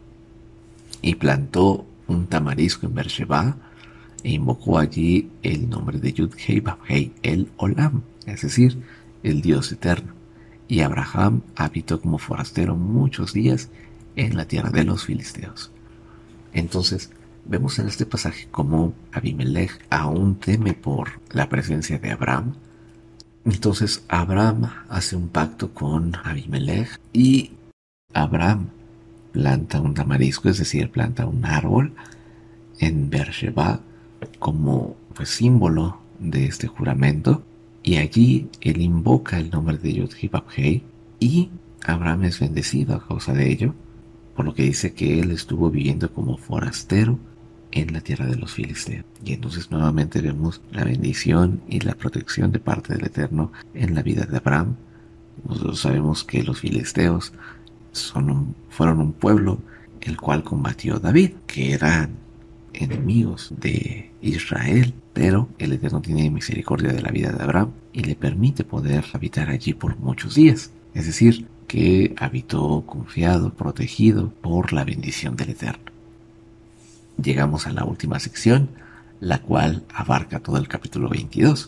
Y plantó un tamarisco en Beer-sheba, e invocó allí el nombre de Yud-Hei Vav-Hei el Olam, es decir, el Dios eterno. Y Abraham habitó como forastero muchos días en la tierra de los filisteos. Entonces, vemos en este pasaje cómo Abimelech aún teme por la presencia de Abraham. Entonces Abraham hace un pacto con Abimelech y Abraham planta un tamarisco, es decir, planta un árbol en Beer-sheba como pues símbolo de este juramento, y allí él invoca el nombre de Yud-Heh-Vav-Hei, y Abraham es bendecido a causa de ello, por lo que dice que él estuvo viviendo como forastero en la tierra de los filisteos. Y entonces nuevamente vemos la bendición y la protección de parte del Eterno en la vida de Abraham. Nosotros sabemos que los filisteos fueron un pueblo el cual combatió David, que eran enemigos de Israel, pero el Eterno tiene misericordia de la vida de Abraham y le permite poder habitar allí por muchos días. Es decir, que habitó confiado, protegido por la bendición del Eterno. Llegamos a la última sección, la cual abarca todo el capítulo 22,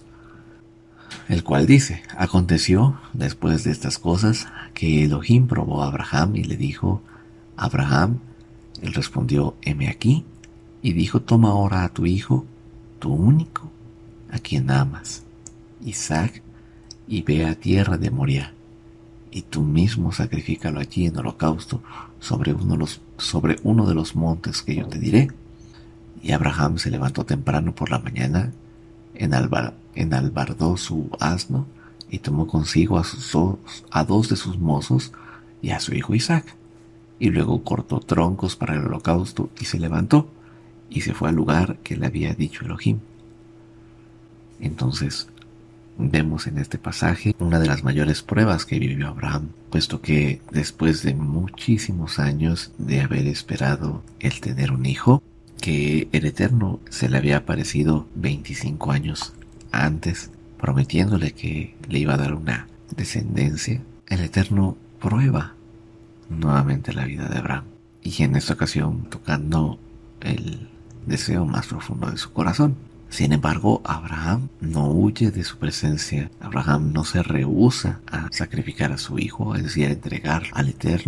el cual dice: aconteció después de estas cosas que Elohim probó a Abraham y le dijo: Abraham. Él respondió: heme aquí. Y dijo: toma ahora a tu hijo, tu único, a quien amas, Isaac, y ve a tierra de Moriah, y tú mismo sacrifícalo allí en holocausto sobre uno de los montes que yo te diré. Y Abraham se levantó temprano por la mañana, enalbardó su asno, y tomó consigo a 2 de sus mozos y a su hijo Isaac, y luego cortó troncos para el holocausto y se levantó y se fue al lugar que le había dicho Elohim. Entonces vemos en este pasaje una de las mayores pruebas que vivió Abraham, puesto que después de muchísimos años de haber esperado el tener un hijo, que el Eterno se le había aparecido 25 años antes, prometiéndole que le iba a dar una descendencia, el Eterno prueba nuevamente la vida de Abraham, y en esta ocasión tocando el deseo más profundo de su corazón. Sin embargo, Abraham no huye de su presencia. Abraham no se rehúsa a sacrificar a su hijo, es decir, a entregar al Eterno,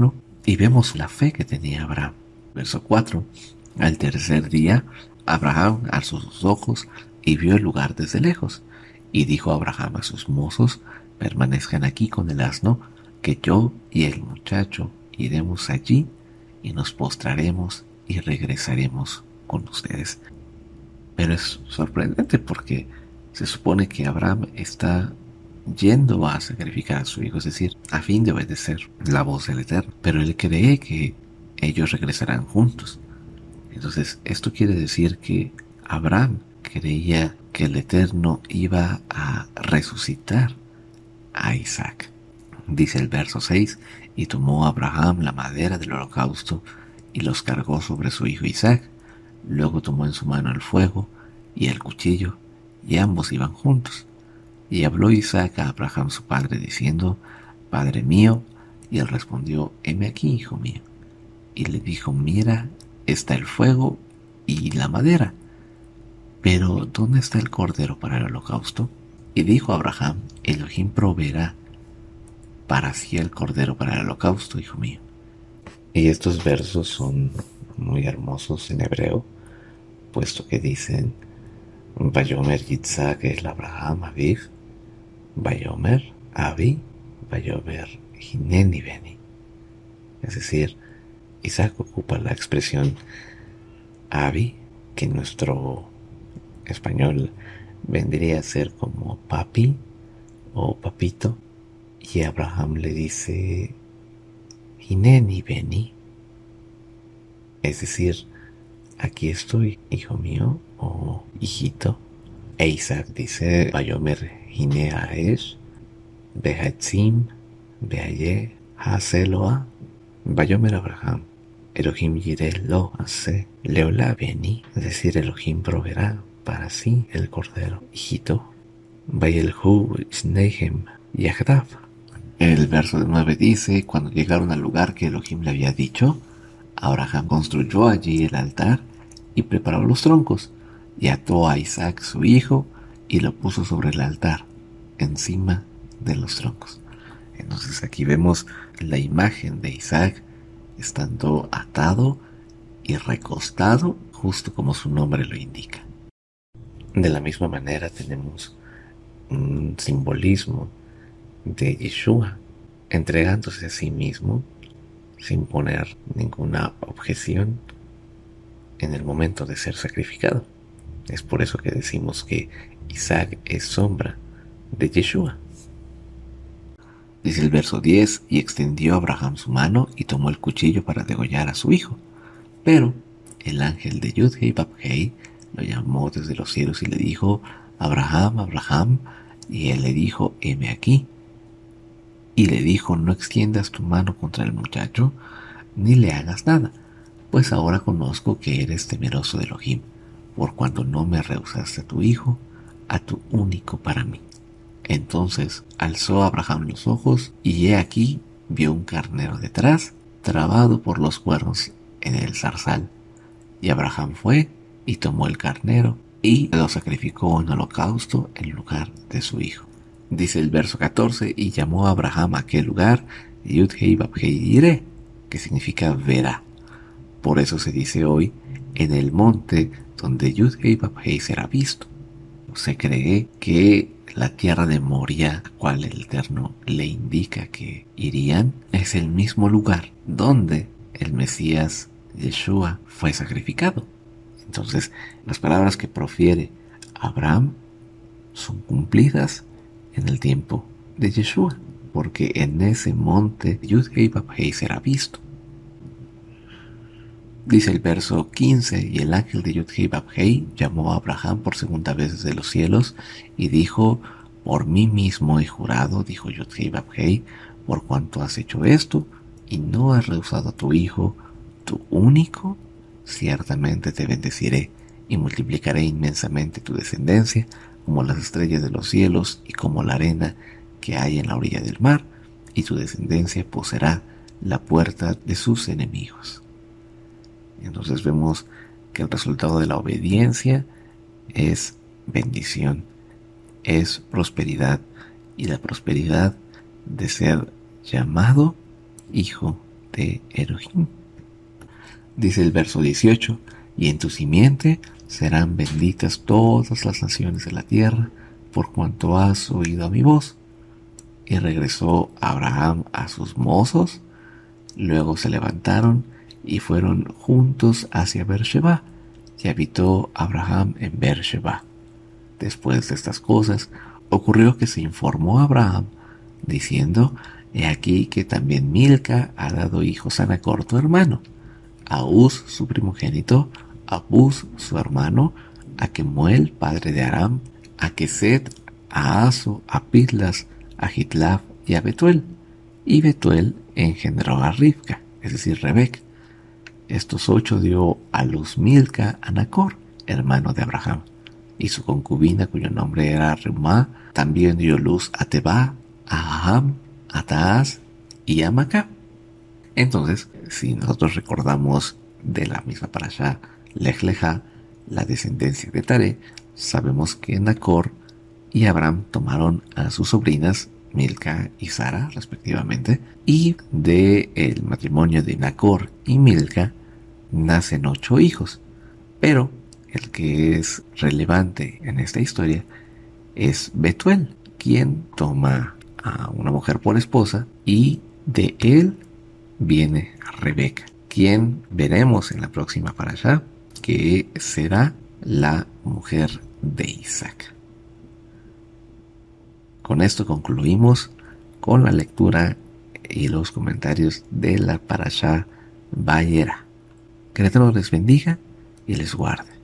Y vemos la fe que tenía Abraham. Verso 4. Al tercer día, Abraham alzó sus ojos y vio el lugar desde lejos. Y dijo Abraham a sus mozos: permanezcan aquí con el asno, que yo y el muchacho iremos allí y nos postraremos y regresaremos con ustedes. Pero es sorprendente porque se supone que Abraham está yendo a sacrificar a su hijo, es decir, a fin de obedecer la voz del Eterno. Pero él cree que ellos regresarán juntos. Entonces, esto quiere decir que Abraham creía que el Eterno iba a resucitar a Isaac. Dice el verso 6, y tomó Abraham la madera del holocausto y los cargó sobre su hijo Isaac. Luego tomó en su mano el fuego y el cuchillo, y ambos iban juntos. Y habló Isaac a Abraham su padre, diciendo: Padre mío. Y él respondió: heme aquí, hijo mío. Y le dijo: mira, está el fuego y la madera, pero ¿dónde está el cordero para el holocausto? Y dijo Abraham: Elohim proveerá para sí el cordero para el holocausto, hijo mío. Y estos versos son muy hermosos en hebreo, puesto que dicen: Vayomer Yitzhak el Abraham Aviv, Vayomer Avi, Vayomer Hineni Beni. Es decir, Isaac ocupa la expresión Avi, que en nuestro español vendría a ser como papi o papito, y Abraham le dice Hineni Beni, es decir, aquí estoy, hijo mío o hijito. E Isaac dice Vayomer Hine Haesh, Behatzim, Behaye, Haseloa, Vayomer Abraham, Elohim Yireh lo hace Leola Beni, es decir, Elohim proveerá para sí el cordero, hijito. Vayelhu Shnehem Yahdav. El verso 9 dice: cuando llegaron al lugar que Elohim le había dicho, Abraham construyó allí el altar y preparó los troncos, y ató a Isaac su hijo y lo puso sobre el altar, encima de los troncos. Entonces aquí vemos la imagen de Isaac estando atado y recostado, justo como su nombre lo indica. De la misma manera tenemos un simbolismo de Yeshua entregándose a sí mismo sin poner ninguna objeción en el momento de ser sacrificado. Es por eso que decimos que Isaac es sombra de Yeshua. Dice el verso 10: y extendió Abraham su mano y tomó el cuchillo para degollar a su hijo. Pero el ángel de Yud-Hei Vab-Hei lo llamó desde los cielos y le dijo: Abraham, Abraham. Y él le dijo: heme aquí. Y le dijo: no extiendas tu mano contra el muchacho, ni le hagas nada, pues ahora conozco que eres temeroso de Elohim, por cuanto no me rehusaste a tu hijo, a tu único para mí. Entonces alzó Abraham los ojos, y he aquí vio un carnero detrás, trabado por los cuernos en el zarzal. Y Abraham fue y tomó el carnero y lo sacrificó en holocausto en lugar de su hijo. Dice el verso 14: y llamó a Abraham a aquel lugar Yud-Hei Vab-Hei Yireh, que significa verá. Por eso se dice hoy: en el monte donde Yud-Hei Vab-Hei será visto. Se cree que la tierra de Moria, a cual el Eterno le indica que irían, es el mismo lugar donde el Mesías Yeshua fue sacrificado. Entonces, las palabras que profiere Abraham son cumplidas en el tiempo de Yeshua, porque en ese monte Yud-Hei Vab-Hei será visto. Dice el verso 15: y el ángel de Yud-Hei Vab-Hei llamó a Abraham por segunda vez desde los cielos y dijo: por mí mismo he jurado, dijo Yud-Hei Vab-Hei, por cuanto has hecho esto y no has rehusado a tu hijo, tu único, ciertamente te bendeciré y multiplicaré inmensamente tu descendencia como las estrellas de los cielos y como la arena que hay en la orilla del mar, y tu descendencia poseerá la puerta de sus enemigos. Entonces vemos que el resultado de la obediencia es bendición, es prosperidad, y la prosperidad de ser llamado hijo de Elohim. Dice el verso 18, y en tu simiente serán benditas todas las naciones de la tierra, por cuanto has oído a mi voz. Y regresó Abraham a sus mozos, luego se levantaron y fueron juntos hacia Beersheba, y habitó Abraham en Beersheba. Después de estas cosas, ocurrió que se informó a Abraham, diciendo, he aquí que también Milca ha dado hijos a Nacor tu hermano, a Uz su primogénito, a Buz su hermano, a Kemuel padre de Aram, a Keset, a Aso, a Pitlas, a Jitlaf y a Betuel. Y Betuel engendró a Rivca, es decir, Rebec. Estos 8 dio a luz Milca a Nacor, hermano de Abraham, y su concubina, cuyo nombre era Reumá, también dio luz a Tebá, a Aham, a Taaz y a Macá. Entonces, si nosotros recordamos de la misma parashá Lej Lejá, la descendencia de Taré, sabemos que Nacor y Abraham tomaron a sus sobrinas Milca y Sara, respectivamente, y de el matrimonio de Nacor y Milca nacen 8 hijos, pero el que es relevante en esta historia es Betuel, quien toma a una mujer por esposa, y de él viene Rebeca, quien veremos en la próxima parashá que será la mujer de Isaac. Con esto concluimos con la lectura y los comentarios de la parashá Vayera. Que el Eterno les bendiga y les guarde.